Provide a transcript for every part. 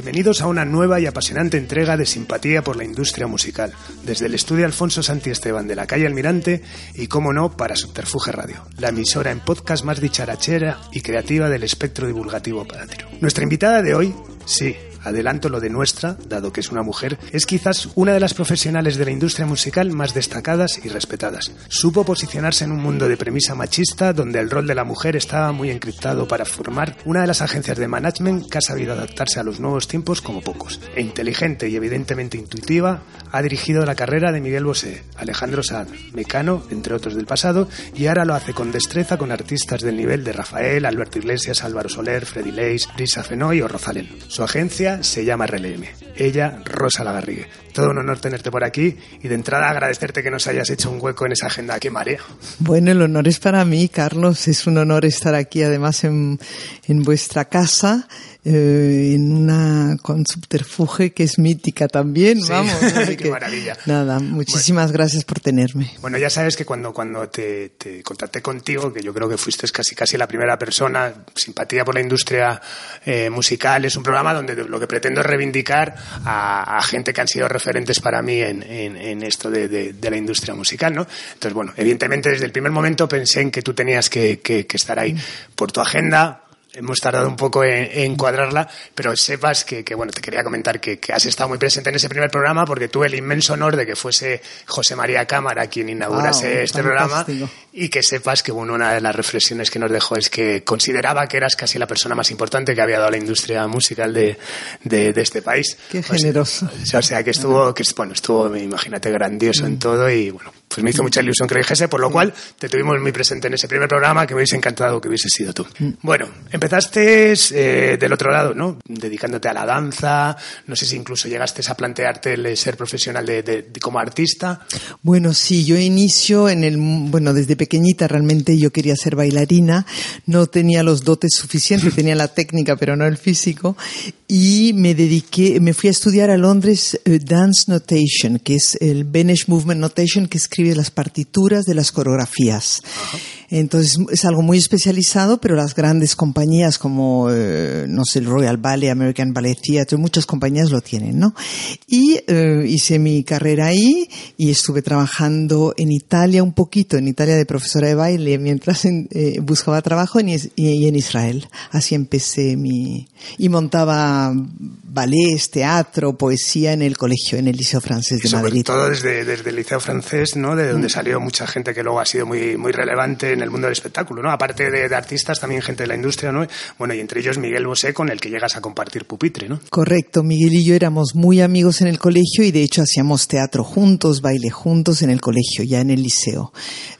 Bienvenidos a una nueva y apasionante entrega de Simpatía por la Industria Musical, desde el estudio Alfonso Santiesteban de la calle Almirante y, cómo no, para Subterfuge Radio, la emisora en podcast más dicharachera y creativa del espectro divulgativo patrio. Nuestra invitada de hoy, sí, adelanto lo de nuestra, dado que es una mujer, es quizás una de las profesionales de la industria musical más destacadas y respetadas. Supo posicionarse en un mundo de premisa machista donde el rol de la mujer estaba muy encriptado para formar una de las agencias de management que ha sabido adaptarse a los nuevos tiempos como pocos. E inteligente y evidentemente intuitiva, ha dirigido la carrera de Miguel Bosé, Alejandro Sanz, Mecano, entre otros del pasado, y ahora lo hace con destreza con artistas del nivel de Rafael, Alberto Iglesias, Álvaro Soler, Freddy Leis, Brisa Fenoy o Rosalén. Su agencia se llama RLM. Ella, Rosa Lagarrigue. Todo un honor tenerte por aquí y de entrada agradecerte que nos hayas hecho un hueco en esa agenda. ¡Qué marea! Bueno, el honor es para mí, Carlos. Es un honor estar aquí, además, en vuestra casa, con Subterfuge, que es mítica también. Sí. Vamos. ¡Qué maravilla! Nada, muchísimas gracias por tenerme. Bueno, ya sabes que cuando te contacté contigo, que yo creo que fuiste casi la primera persona, Simpatía por la Industria Musical, es un programa donde lo que pretendo es reivindicar a gente que han sido referentes para mí en esto de la industria musical, ¿no? Entonces, bueno, evidentemente desde el primer momento pensé en que tú tenías que estar ahí por tu agenda. Hemos tardado un poco en cuadrarla, pero sepas que bueno, te quería comentar que has estado muy presente en ese primer programa porque tuve el inmenso honor de que fuese José María Cámara quien inaugurase este programa, y que sepas que bueno, una de las reflexiones que nos dejó es que consideraba que eras casi la persona más importante que había dado a la industria musical de este país. Qué generoso. O sea que estuvo, imagínate, grandioso en todo, y bueno, pues me hizo mucha ilusión que lo dijese, por lo cual te tuvimos muy presente en ese primer programa, que me hubiese encantado que hubiese sido tú. Bueno, empezaste del otro lado, ¿no? Dedicándote a la danza, no sé si incluso llegaste a plantearte el ser profesional como artista. Bueno, sí, yo inicio desde pequeñita realmente yo quería ser bailarina, no tenía los dotes suficientes, tenía la técnica pero no el físico, y me fui a estudiar a Londres Dance Notation, que es el Benesh Movement Notation, que escribe las partituras de las coreografías. Ajá. Entonces es algo muy especializado, pero las grandes compañías como, el Royal Ballet, American Ballet Theatre, muchas compañías lo tienen, ¿no? Y hice mi carrera ahí y estuve trabajando en Italia un poquito, en Italia de profesora de baile, mientras buscaba trabajo y en Israel. Así empecé y montaba ballets, teatro, poesía en el colegio, en el Liceo Francés de Madrid. Sobre todo desde el Liceo Francés, ¿no? De donde salió mucha gente que luego ha sido muy, muy relevante en el mundo del espectáculo, ¿no? Aparte de artistas, también gente de la industria, ¿no? Bueno, y entre ellos Miguel Bosé, con el que llegas a compartir pupitre, ¿no? Correcto, Miguel y yo éramos muy amigos en el colegio y de hecho hacíamos teatro juntos, baile juntos en el colegio, ya en el liceo.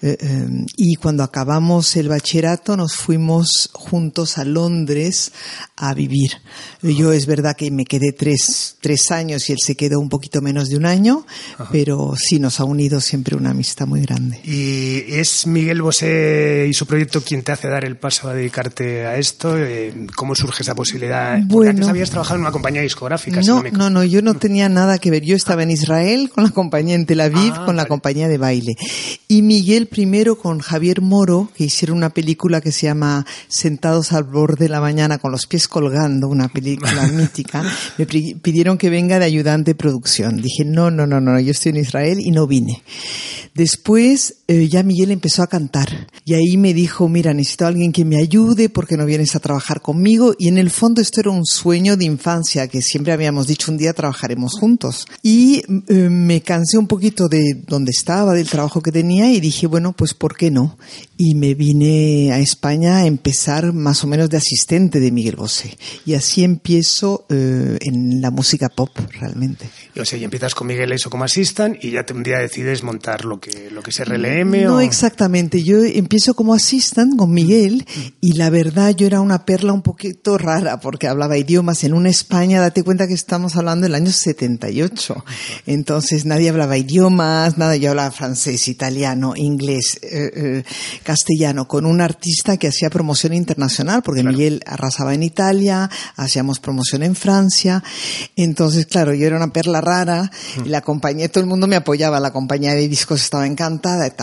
Y cuando acabamos el bachillerato nos fuimos juntos a Londres a vivir. Yo es verdad que me quedé tres años y él se quedó un poquito menos de un año, ajá, pero sí nos ha unido siempre una amistad muy grande. ¿Y es Miguel Bosé y su proyecto quien te hace dar el paso a dedicarte a esto? ¿Cómo surge esa posibilidad? Porque antes habías trabajado en una compañía discográfica. No, yo no tenía nada que ver. Yo estaba en Israel con la compañía, en Tel Aviv con la compañía de baile. Y Miguel primero con Javier Moro, que hicieron una película que se llama Sentados al borde de la mañana con los pies colgando, una película mítica. Me pidieron que venga de ayudante de producción. Dije, no, yo estoy en Israel y no vine. Después ya Miguel empezó a cantar y ahí me dijo, mira, necesito a alguien que me ayude porque no vienes a trabajar conmigo, y en el fondo esto era un sueño de infancia que siempre habíamos dicho un día trabajaremos juntos, y me cansé un poquito de donde estaba, del trabajo que tenía, y dije, bueno, pues ¿por qué no? Y me vine a España a empezar más o menos de asistente de Miguel Bosé, y así empiezo en la música pop realmente. O sea, y empiezas con Miguel eso como assistant y ya un día decides montar lo que es RLM. No, exactamente. Yo empiezo como assistant con Miguel y la verdad yo era una perla un poquito rara porque hablaba idiomas en una España, date cuenta que estamos hablando del año 78. Entonces nadie hablaba idiomas, yo hablaba francés, italiano, inglés, castellano, con un artista que hacía promoción internacional porque claro, Miguel arrasaba en Italia, hacíamos promoción en Francia. Entonces, claro, yo era una perla rara y la compañía, todo el mundo me apoyaba, la compañía de discos estaba encantada y tal.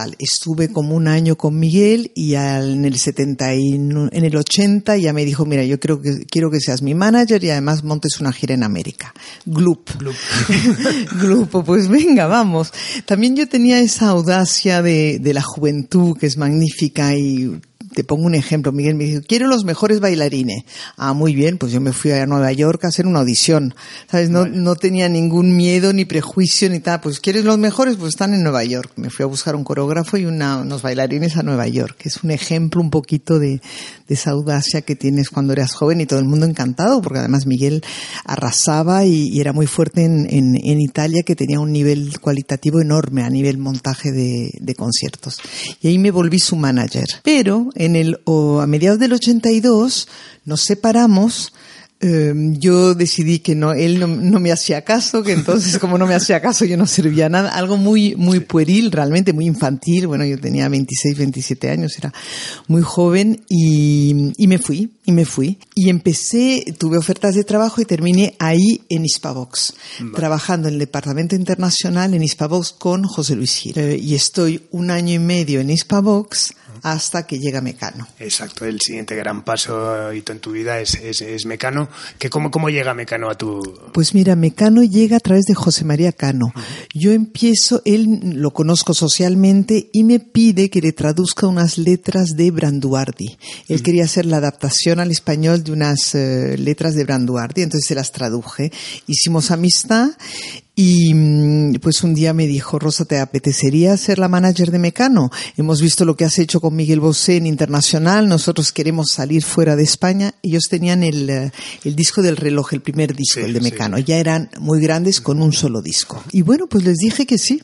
total. Estuve como un año con Miguel y en el 80 ya me dijo, mira, yo quiero que seas mi manager y además montes una gira en América. Glup. Grupo, pues venga, vamos. También yo tenía esa audacia de la juventud que es magnífica y te pongo un ejemplo. Miguel me dijo, quiero los mejores bailarines. Ah, muy bien, pues yo me fui a Nueva York a hacer una audición. ¿Sabes? No tenía ningún miedo ni prejuicio ni tal. Pues ¿quieres los mejores? Pues están en Nueva York. Me fui a buscar un coreógrafo y unos bailarines a Nueva York. Es un ejemplo un poquito de esa audacia que tienes cuando eras joven y todo el mundo encantado, porque además Miguel arrasaba y era muy fuerte en Italia, que tenía un nivel cualitativo enorme a nivel montaje de conciertos. Y ahí me volví su manager. Pero a mediados del 82 nos separamos. Yo decidí que él no me hacía caso, que entonces como no me hacía caso yo no servía nada, algo muy pueril, realmente muy infantil. Bueno, yo tenía 26, 27 años, era muy joven y me fui. Y tuve ofertas de trabajo y terminé ahí en Hispavox, trabajando en el departamento internacional en Hispavox con José Luis Gil. Y estoy un año y medio en Hispavox hasta que llega Mecano. Exacto, el siguiente gran paso en tu vida es Mecano. ¿Cómo llega Mecano a tu...? Pues mira, Mecano llega a través de José María Cano. Yo él lo conozco socialmente y me pide que le traduzca unas letras de Branduardi. Él quería hacer la adaptación al español de unas letras de Branduardi, entonces se las traduje. Hicimos amistad. Y pues un día me dijo, Rosa, ¿te apetecería ser la manager de Mecano? Hemos visto lo que has hecho con Miguel Bosé en Internacional, nosotros queremos salir fuera de España. Ellos tenían el disco del reloj, el primer disco, el de Mecano. Sí. Ya eran muy grandes con un solo disco. Y bueno, pues les dije que sí.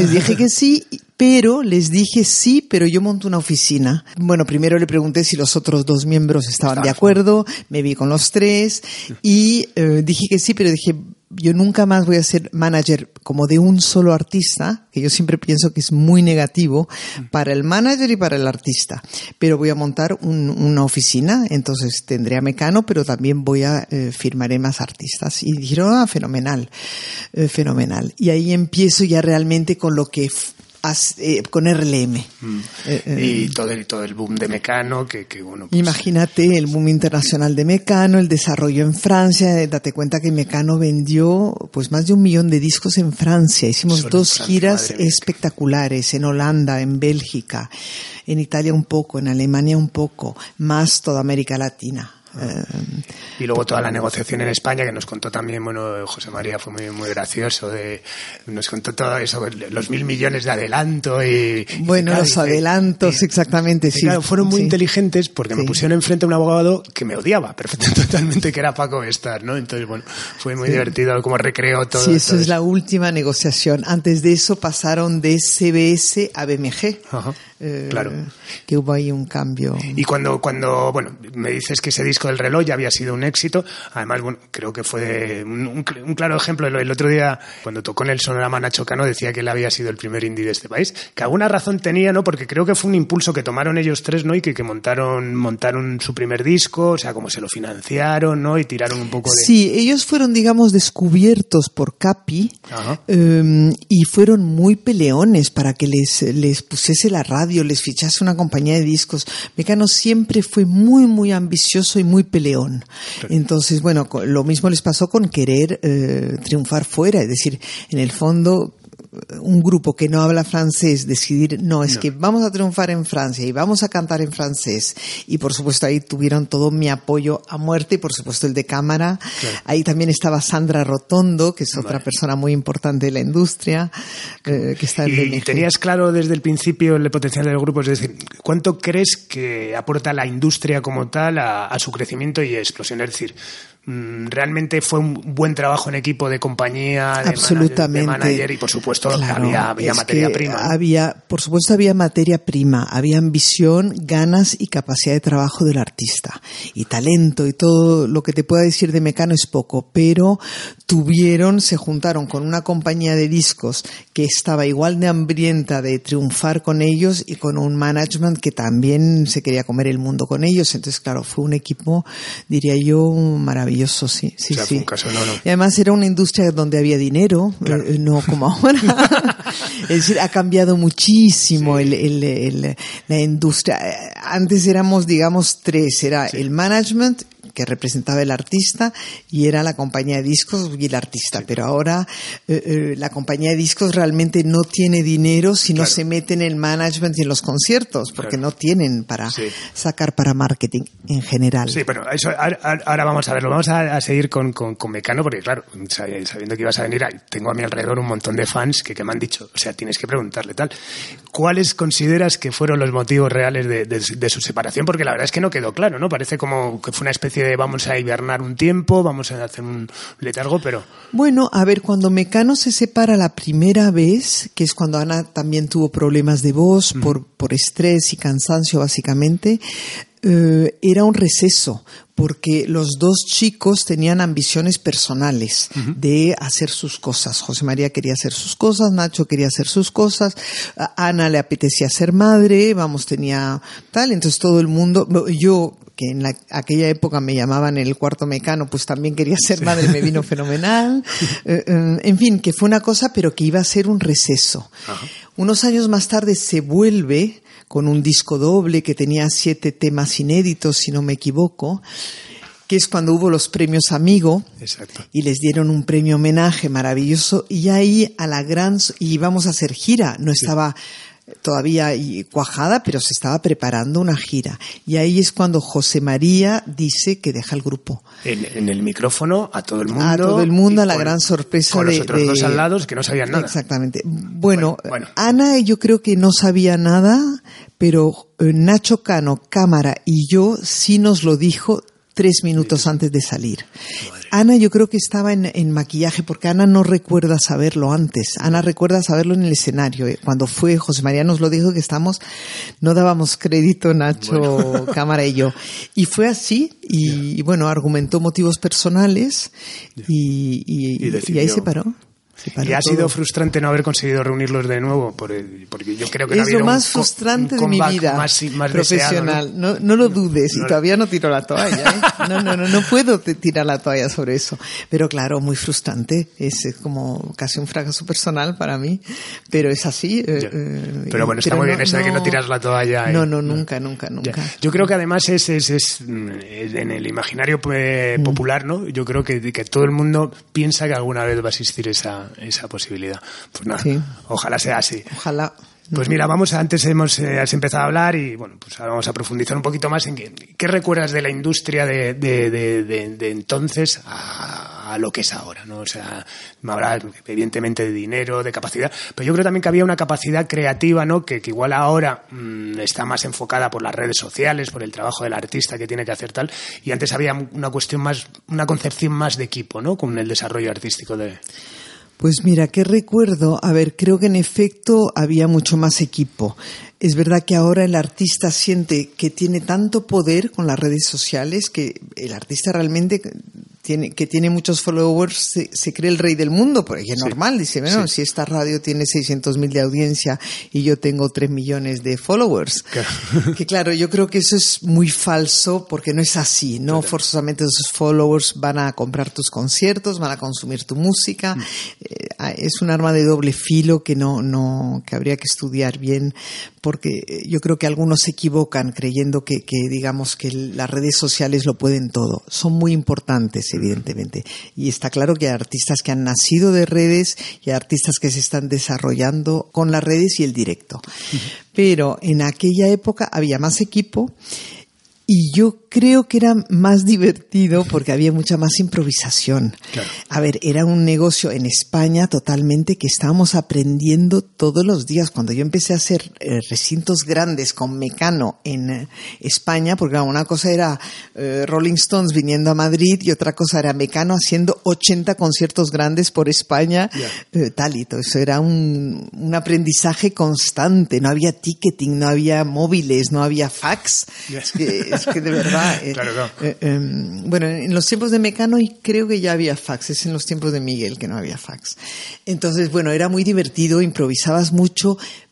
Pero yo monto una oficina. Bueno, primero le pregunté si los otros 2 miembros estaban de acuerdo, me vi con los 3 y dije que sí, pero dije, yo nunca más voy a ser manager como de un solo artista, que yo siempre pienso que es muy negativo para el manager y para el artista. Pero voy a montar una oficina, entonces tendré a Mecano, pero también firmaré más artistas. Y dijeron, fenomenal. Y ahí empiezo ya realmente con lo que con RLM. Y todo el boom de Mecano, que bueno. Pues... Imagínate el boom internacional de Mecano, el desarrollo en Francia. Date cuenta que Mecano vendió pues más de 1 millón de discos en Francia. Hicimos 2 giras espectaculares en Holanda, en Bélgica, en Italia un poco, en Alemania un poco, más toda América Latina. Y luego toda la negociación en España, que nos contó también, bueno, José María fue muy, muy gracioso, nos contó todo eso, los 1.000 millones de adelanto y... Bueno, los adelantos, exactamente, sí. Claro, fueron muy inteligentes porque me pusieron enfrente a un abogado que me odiaba totalmente, que era Paco Bestar, ¿no? Entonces, bueno, fue muy divertido como recreó todo. Sí, eso es la última negociación. Antes de eso pasaron de CBS a BMG. Ajá. Claro. Que hubo ahí un cambio. Y cuando bueno, me dices que ese disco del reloj ya había sido un éxito, además, bueno, creo que fue un claro ejemplo. El otro día, cuando tocó en el Sonorama Nacho Cano, decía que él había sido el primer indie de este país, que alguna razón tenía, ¿no? Porque creo que fue un impulso que tomaron ellos 3, ¿no? Y que montaron su primer disco, o sea, como se lo financiaron, ¿no? Y tiraron un poco de... Sí, ellos fueron, digamos, descubiertos por Capi, y fueron muy peleones para que les pusiese la radio, les fichase una compañía de discos. Mecano siempre fue muy, muy ambicioso y muy peleón. Claro. Entonces, bueno, lo mismo les pasó con querer triunfar fuera. Es decir, en el fondo, un grupo que no habla francés decidir, que vamos a triunfar en Francia y vamos a cantar en francés. Y por supuesto ahí tuvieron todo mi apoyo a muerte y por supuesto el de cámara. Claro. Ahí también estaba Sandra Rotondo, que es otra persona muy importante de la industria, que está en BMG. ¿Y tenías claro desde el principio el potencial del grupo? Es decir, ¿cuánto crees que aporta la industria como tal a su crecimiento y explosión? Es decir, realmente fue un buen trabajo en equipo de compañía, de manager y por supuesto había materia prima. Por supuesto había materia prima, había ambición, ganas y capacidad de trabajo del artista y talento, y todo lo que te pueda decir de Mecano es poco, pero se juntaron con una compañía de discos que estaba igual de hambrienta de triunfar con ellos y con un management que también se quería comer el mundo con ellos. Entonces, claro, fue un equipo, diría yo, maravilloso. maravilloso, sí. O sea, fue un caso, no. Y además era una industria donde había dinero, claro. No como ahora. Es decir, ha cambiado muchísimo la industria. Antes éramos, digamos, tres. Era el management, que representaba el artista, y era la compañía de discos y el artista. Sí. Pero ahora la compañía de discos realmente no tiene dinero si no se mete en el management y en los conciertos, porque no tienen para sacar para marketing en general. Sí, pero eso ahora vamos a verlo. Vamos a seguir con Mecano, porque claro, sabiendo que ibas a venir, tengo a mi alrededor un montón de fans que me han dicho, o sea, tienes que preguntarle tal. ¿Cuáles consideras que fueron los motivos reales de su separación? Porque la verdad es que no quedó claro, ¿no? Parece como que fue una especie de vamos a hibernar un tiempo, vamos a hacer un letargo, pero... Bueno, a ver, cuando Mecano se separa la primera vez, que es cuando Ana también tuvo problemas de voz por estrés y cansancio básicamente, era un receso, porque los dos chicos tenían ambiciones personales de hacer sus cosas. José María quería hacer sus cosas, Nacho quería hacer sus cosas, a Ana le apetecía ser madre, tenía tal, entonces todo el mundo, yo que en aquella época me llamaban el cuarto Mecano, pues también quería ser madre, me vino fenomenal. En fin, que fue una cosa, pero que iba a ser un receso. Ajá. Unos años más tarde se vuelve con un disco doble que tenía 7 temas inéditos, si no me equivoco, que es cuando hubo los premios Amigo. Exacto. Y les dieron un premio homenaje maravilloso, y ahí y íbamos a hacer gira, no estaba todavía cuajada, pero se estaba preparando una gira. Y ahí es cuando José María dice que deja el grupo. En el micrófono, a todo el mundo. A todo el mundo, a la gran sorpresa con los otros dos al lado que no sabían nada. Exactamente. Bueno, Ana yo creo que no sabía nada, pero Nacho Cano, cámara y yo sí nos lo dijo 3 minutos antes de salir. Madre. Ana yo creo que estaba en maquillaje, porque Ana no recuerda saberlo antes. Ana recuerda saberlo en el escenario. Cuando fue José María nos lo dijo que no dábamos crédito, Nacho, cámara y yo. Y fue así, y bueno, argumentó motivos personales y ahí se paró. ¿Y ha sido frustrante no haber conseguido reunirlos de nuevo? Porque yo creo que no ha habido lo más frustrante de mi vida más profesional. Deseado, no lo dudes, y todavía no tiro la toalla. No puedo tirar la toalla sobre eso. Pero claro, muy frustrante. Es como casi un fracaso personal para mí. Pero es así. Pero bueno, está muy bien eso de que no tiras la toalla. Nunca. Yo creo que además es en el imaginario popular, ¿no? Yo creo que todo el mundo piensa que alguna vez va a existir esa posibilidad. Pues nada, ojalá sea así. Ojalá. Pues mira, has empezado a hablar y bueno, pues ahora vamos a profundizar un poquito más en qué recuerdas de la industria de entonces a lo que es ahora, ¿no? O sea, me hablas evidentemente de dinero, de capacidad, pero yo creo también que había una capacidad creativa, ¿no? Que igual ahora está más enfocada por las redes sociales, por el trabajo del artista que tiene que hacer tal, y antes había una concepción más de equipo, ¿no? Con el desarrollo artístico de... Pues mira, ¿qué recuerdo? A ver, creo que en efecto había mucho más equipo. Es verdad que ahora el artista siente que tiene tanto poder con las redes sociales que el artista realmente tiene muchos followers, se cree el rey del mundo, porque es normal, dice, bueno, si esta radio tiene 600.000 de audiencia y yo tengo 3 millones de followers. Claro. Que claro, yo creo que eso es muy falso, porque no es así, no forzosamente esos followers van a comprar tus conciertos, van a consumir tu música. Es un arma de doble filo que que habría que estudiar bien, porque yo creo que algunos se equivocan creyendo que digamos que las redes sociales lo pueden todo. Son muy importantes, evidentemente. Y está claro que hay artistas que han nacido de redes y hay artistas que se están desarrollando con las redes y el directo. Pero en aquella época había más equipo. Y yo creo que era más divertido porque había mucha más improvisación. Claro. A ver, era un negocio en España totalmente que estábamos aprendiendo todos los días. Cuando yo empecé a hacer recintos grandes con Mecano en España, porque una cosa era Rolling Stones viniendo a Madrid y otra cosa era Mecano haciendo 80 conciertos grandes por España, tal y todo. Eso era un aprendizaje constante. No había ticketing, no había móviles, no había fax. Es que de verdad, claro. Bueno, en los tiempos de Mecano y creo que ya había fax, es en los tiempos de Miguel que no había fax. Entonces, bueno, era muy divertido, improvisabas mucho,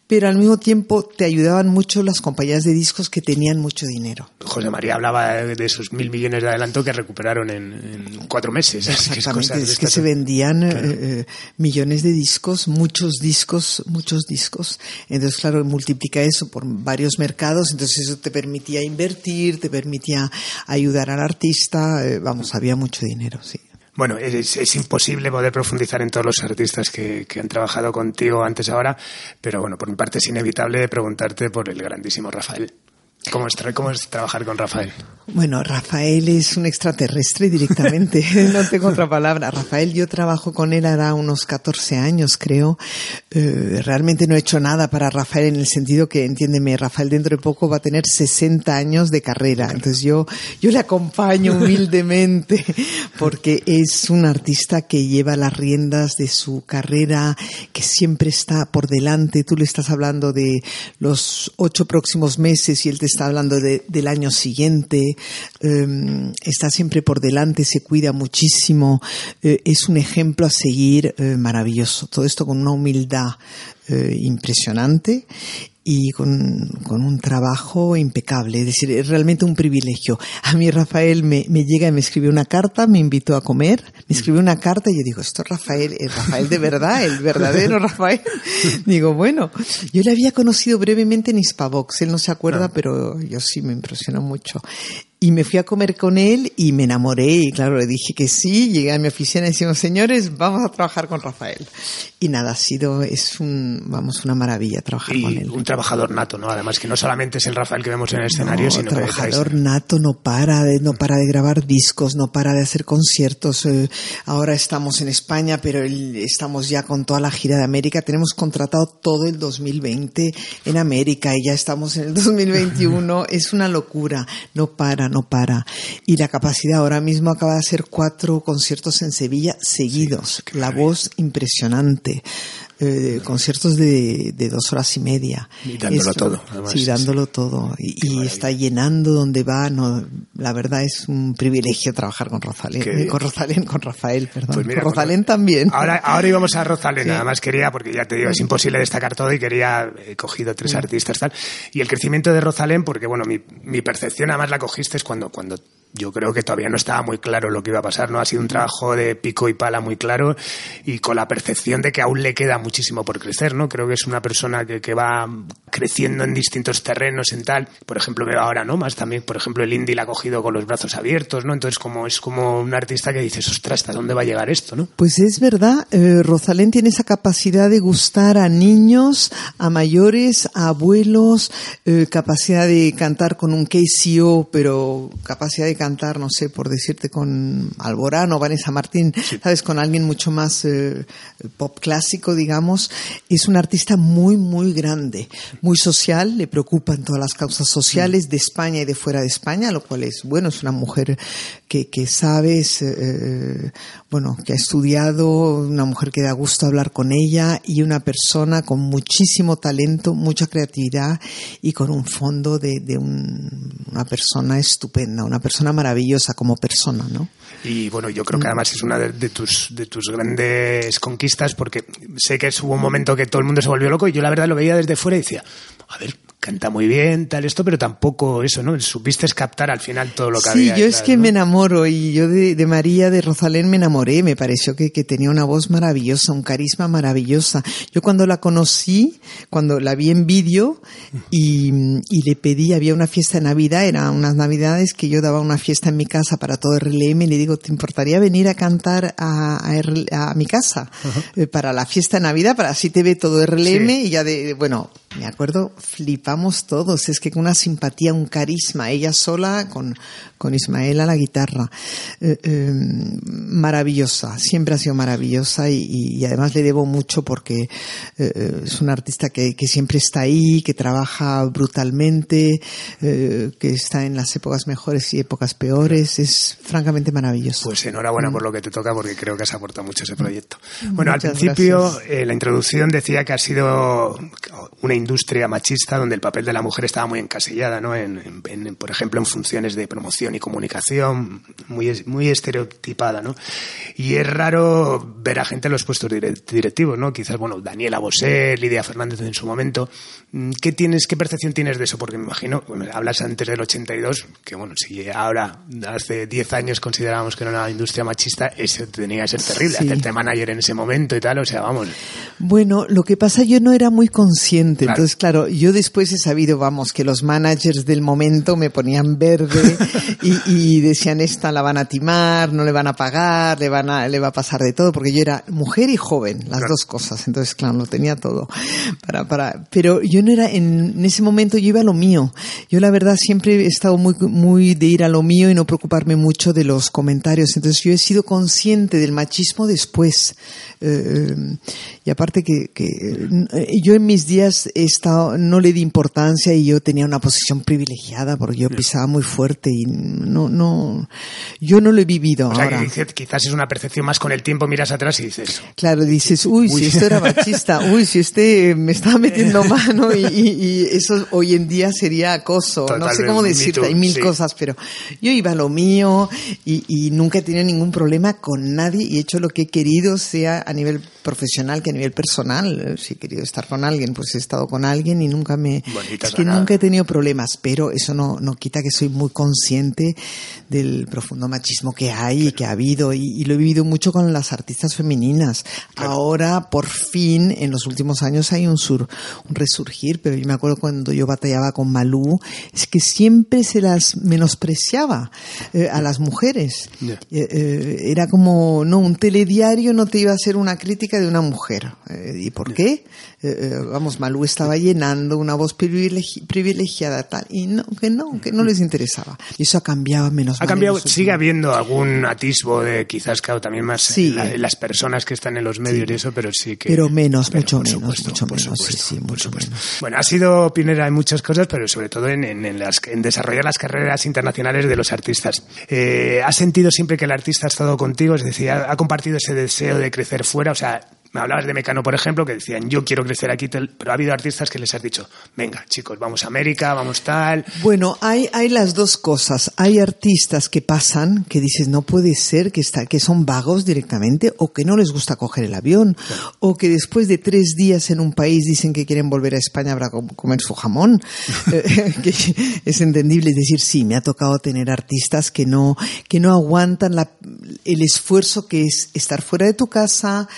pero al mismo tiempo te ayudaban mucho las compañías de discos que tenían mucho dinero. José María hablaba de esos 1.000 millones de adelanto que recuperaron en 4 meses. Exactamente, es que se vendían millones de discos, muchos discos. Entonces, claro, multiplica eso por varios mercados, entonces eso te permitía invertir, te permitía ayudar al artista, había mucho dinero, sí. Bueno, es imposible poder profundizar en todos los artistas que han trabajado contigo antes ahora, pero bueno, por mi parte es inevitable preguntarte por el grandísimo Rafael. ¿Cómo es trabajar con Rafael? Bueno, Rafael es un extraterrestre directamente, no tengo otra palabra. Rafael, yo trabajo con él hará unos 14 años, creo. Realmente no he hecho nada para Rafael en el sentido que, entiéndeme, Rafael dentro de poco va a tener 60 años de carrera. Entonces yo le acompaño humildemente porque es un artista que lleva las riendas de su carrera, que siempre está por delante. Tú le estás hablando de los 8 próximos meses y él te está hablando del año siguiente. Está siempre por delante, se cuida muchísimo, es un ejemplo a seguir maravilloso. Todo esto con una humildad impresionante y con un trabajo impecable, es decir, es realmente un privilegio. A mí Rafael me llega y me escribió una carta, me invitó a comer, me escribió una carta y yo digo, ¿esto es Rafael de verdad, el verdadero Rafael? Digo, bueno, yo le había conocido brevemente en Hispavox, él no se acuerda, pero yo sí, me impresionó mucho. Y me fui a comer con él y me enamoré y claro, le dije que sí, llegué a mi oficina y decimos, señores, vamos a trabajar con Rafael. Y nada, una maravilla trabajar con él. Un trabajador nato, ¿no? Además que no solamente es el Rafael que vemos en el escenario, sino trabajador nato, no para de grabar discos, no para de hacer conciertos. Ahora estamos en España, pero estamos ya con toda la gira de América. Tenemos contratado todo el 2020 en América y ya estamos en el 2021. Es una locura, no para. Y la capacidad, ahora mismo acaba de hacer 4 conciertos en Sevilla seguidos. Sí, la voz impresionante. Conciertos de 2 horas y media. Y dándolo todo. Además, sí, dándolo todo. Y está llenando donde va. No, la verdad es un privilegio trabajar con Rosalén. Con Rafael, perdón. Pues mira, con Rosalén también. Ahora íbamos a Rosalén. Sí. Además quería, porque ya te digo, es imposible destacar todo y he cogido 3 artistas tal. Y el crecimiento de Rosalén, porque bueno, mi percepción además la cogiste es cuando yo creo que todavía no estaba muy claro lo que iba a pasar, ¿no? Ha sido un trabajo de pico y pala muy claro y con la percepción de que aún le queda muchísimo por crecer, ¿no? Creo que es una persona que va creciendo en distintos terrenos, en tal. Por ejemplo, veo ahora, ¿no? Más también, por ejemplo, el indie la ha cogido con los brazos abiertos, ¿no? Entonces, es como un artista que dices, ostras, ¿hasta dónde va a llegar esto, no? Pues es verdad, Rosalén tiene esa capacidad de gustar a niños, a mayores, a abuelos, capacidad de cantar con un KCO, pero capacidad de cantar, no sé, por decirte, con Alborán, Vanessa Martín, sí. ¿Sabes? Con alguien mucho más pop clásico, digamos. Es un artista muy, muy grande, muy social, le preocupan todas las causas sociales de España y de fuera de España, lo cual es bueno, es una mujer que sabes, que ha estudiado, una mujer que da gusto hablar con ella y una persona con muchísimo talento, mucha creatividad y con un fondo de una persona estupenda, una persona maravillosa como persona, ¿no? Y bueno, yo creo que además es una de tus grandes conquistas, porque sé que hubo un momento que todo el mundo se volvió loco y yo la verdad lo veía desde fuera y decía, a ver, canta muy bien, tal esto, pero tampoco eso, ¿no? Supiste captar al final todo lo que había. Sí, yo es que me enamoro y yo de María, de Rosalén me enamoré, me pareció que tenía una voz maravillosa, un carisma maravillosa. Yo cuando la conocí, cuando la vi en vídeo y le pedí, había una fiesta de Navidad, eran unas Navidades que yo daba una fiesta en mi casa para todo RLM y le digo, ¿te importaría venir a cantar a mi casa? Uh-huh. Para la fiesta de Navidad, para así te ve todo RLM sí. Y ya me acuerdo, flipamos todos, es que con una simpatía, un carisma, ella sola con Ismael a la guitarra, maravillosa, siempre ha sido maravillosa y además le debo mucho porque es una artista que siempre está ahí, que trabaja brutalmente, que está en las épocas mejores y épocas peores, es francamente maravilloso. Pues enhorabuena por lo que te toca porque creo que has aportado mucho a ese proyecto. Bueno, muchas al principio la introducción decía que ha sido una industria machista donde el papel de la mujer estaba muy encasillada, ¿no? Por ejemplo, en funciones de promoción y comunicación, muy estereotipada, ¿no? Y es raro ver a gente en los puestos directivos, ¿no? Quizás, bueno, Daniela Bosé, Lidia Fernández en su momento. ¿Qué percepción tienes de eso? Porque me imagino, bueno, hablas antes del 82, que bueno, si ahora, hace 10 años considerábamos que era una industria machista, eso tenía que ser terrible, sí. Hacerte manager en ese momento y tal, o sea, vamos. Bueno, lo que pasa, yo no era muy consciente, Claro. Entonces, claro, yo después he sabido, vamos, que los managers del momento me ponían verde y decían, esta la van a timar, no le van a pagar, le va a pasar de todo, porque yo era mujer y joven, las Claro. dos cosas, entonces, claro, lo tenía todo. Pero yo no era, en ese momento yo iba a lo mío. Yo la verdad siempre he estado muy de ir a lo mío y no preocuparme mucho de los comentarios, entonces yo he sido consciente del machismo después. Y aparte que yo en mis días no le di importancia y yo tenía una posición privilegiada porque yo pisaba muy fuerte y yo no lo he vivido O sea, ahora. que quizás es una percepción más con el tiempo, miras atrás y dices... Claro, dices, uy, si esto era machista, uy, si me estaba metiendo mano y eso hoy en día sería acoso. Totalmente. No sé cómo decirte, hay mil cosas, pero yo iba a lo mío y nunca he tenido ningún problema con nadie y he hecho lo que he querido, sea a nivel profesional que a nivel personal. Si he querido estar con alguien, pues he estado con alguien y nunca he tenido problemas, pero eso no quita que soy muy consciente del profundo machismo que hay y que ha habido y lo he vivido mucho con las artistas femeninas. Claro. Ahora, por fin, en los últimos años hay un resurgir, pero yo me acuerdo cuando yo batallaba con Malú, es que siempre se las menospreciaba a las mujeres. Yeah. Era como, no, un telediario no te iba a hacer una crítica de una mujer. ¿Y por qué? Vamos, Malú estaba llenando una voz privilegiada tal, y que no les interesaba. Y eso ha cambiado menos. Ha cambiado, sigue habiendo algún atisbo de quizás, claro, también más sí. las personas que están en los medios sí. y eso, pero sí que... Pero menos, mucho menos. Bueno, has sido pionera en muchas cosas, pero sobre todo en desarrollar las carreras internacionales de los artistas. ¿Has sentido siempre que el artista ha estado contigo? Es decir, ¿ha compartido ese deseo de crecer fuera? O sea, me hablabas de Mecano, por ejemplo, que decían, yo quiero crecer aquí, pero ha habido artistas que les has dicho, venga, chicos, vamos a América, vamos tal... Bueno, hay las dos cosas. Hay artistas que pasan, que dices, no puede ser que son vagos directamente, o que no les gusta coger el avión, claro. O que después de 3 días en un país dicen que quieren volver a España para comer su jamón. Que es entendible, es decir, sí, me ha tocado tener artistas que no aguantan el esfuerzo que es estar fuera de tu casa,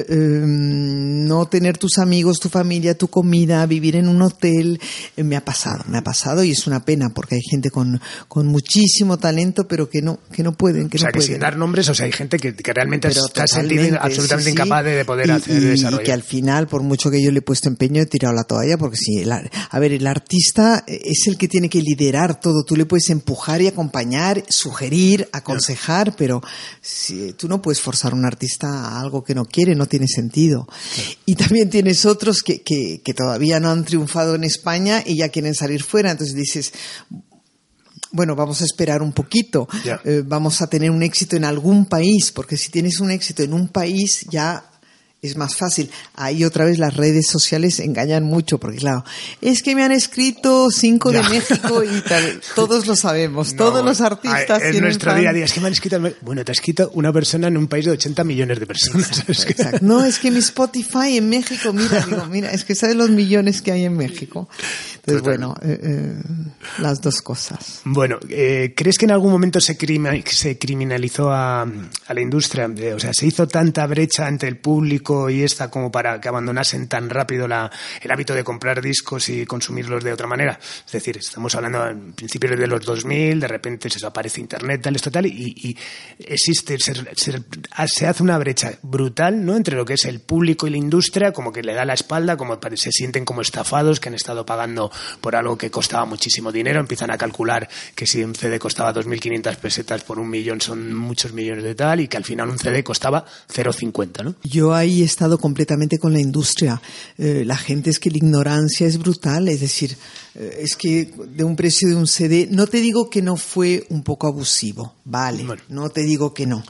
no tener tus amigos, tu familia, tu comida, vivir en un hotel. Me ha pasado y es una pena porque hay gente con muchísimo talento pero que no pueden. O sea, que sin dar nombres, o sea, hay gente que realmente está sentido absolutamente incapaz de poder hacer desarrollo. Y que al final, por mucho que yo le he puesto empeño, he tirado la toalla porque sí, el artista es el que tiene que liderar todo. Tú le puedes empujar y acompañar, sugerir, aconsejar, pero si, tú no puedes forzar a un artista a algo que no quiere, no tiene sentido. Claro. Y también tienes otros que todavía no han triunfado en España y ya quieren salir fuera, entonces dices, bueno, vamos a esperar un poquito, yeah. Vamos a tener un éxito en algún país, porque si tienes un éxito en un país ya es más fácil. Ahí otra vez las redes sociales engañan mucho, porque claro, es que me han escrito 5 de México y tal, todos lo sabemos, todos los artistas tienen nuestro día a día, es que me han escrito, bueno, te ha escrito una persona en un país de 80 millones de personas. Exacto. No, es que mi Spotify en México, mira, es que sabes los millones que hay en México. Entonces, bueno, las dos cosas. Bueno, ¿crees que en algún momento se criminalizó a la industria? O sea, ¿se hizo tanta brecha entre el público y esta como para que abandonasen tan rápido el hábito de comprar discos y consumirlos de otra manera? Es decir, estamos hablando en principios de los 2000, de repente se aparece internet, tal, esto, tal, y existe, se hace una brecha brutal, ¿no?, entre lo que es el público y la industria, como que le da la espalda, como se sienten como estafados, que han estado pagando por algo que costaba muchísimo dinero, empiezan a calcular que si un CD costaba 2.500 pesetas por 1 millón son muchos millones de tal, y que al final un CD costaba 0,50, ¿no? Yo ahí he estado completamente con la industria. La gente, es que la ignorancia es brutal, es decir, es que de un precio de un CD, no te digo que no fue un poco abusivo, vale, bueno. No te digo que no,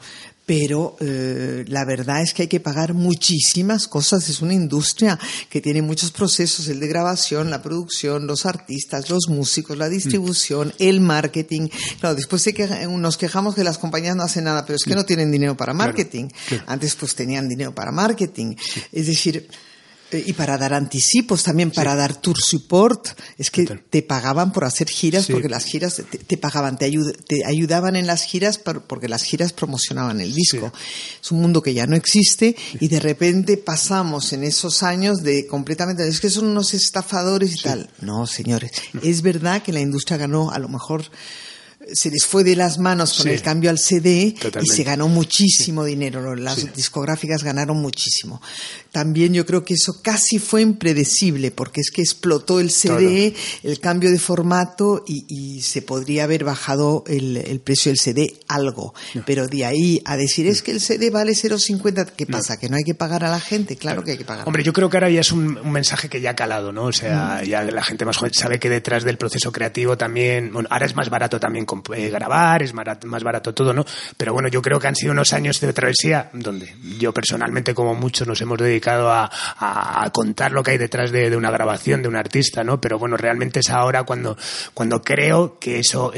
pero la verdad es que hay que pagar muchísimas cosas. Es una industria que tiene muchos procesos, el de grabación, la producción, los artistas, los músicos, la distribución, el marketing. Claro, después nos quejamos que las compañías no hacen nada, pero es que no tienen dinero para marketing. Claro. Antes pues tenían dinero para marketing. Es decir, y para dar anticipos también, para dar tour support. Es que te pagaban por hacer giras, porque las giras te pagaban, te ayudaban en las giras porque las giras promocionaban el disco. Es un mundo que ya no existe y de repente pasamos en esos años de completamente, es que son unos estafadores y tal. No, señores, es verdad que la industria ganó, a lo mejor se les fue de las manos con el cambio al CD. Totalmente. Y se ganó muchísimo dinero. Las discográficas ganaron muchísimo. También yo creo que eso casi fue impredecible, porque es que explotó el CD, el cambio de formato y se podría haber bajado el precio del CD algo. Pero de ahí a decir es que el CD vale 0,50, ¿qué pasa? ¿Que no hay que pagar a la gente? Claro que hay que pagar. Hombre, yo creo que ahora ya es un mensaje que ya ha calado, ¿no? O sea, ya la gente más joven sabe que detrás del proceso creativo también, bueno, ahora es más barato también grabar, es más barato todo, ¿no? Pero bueno, yo creo que han sido unos años de travesía donde yo personalmente, como muchos, nos hemos dedicado a contar lo que hay detrás de una grabación de un artista, ¿no? Pero bueno, realmente es ahora cuando creo que eso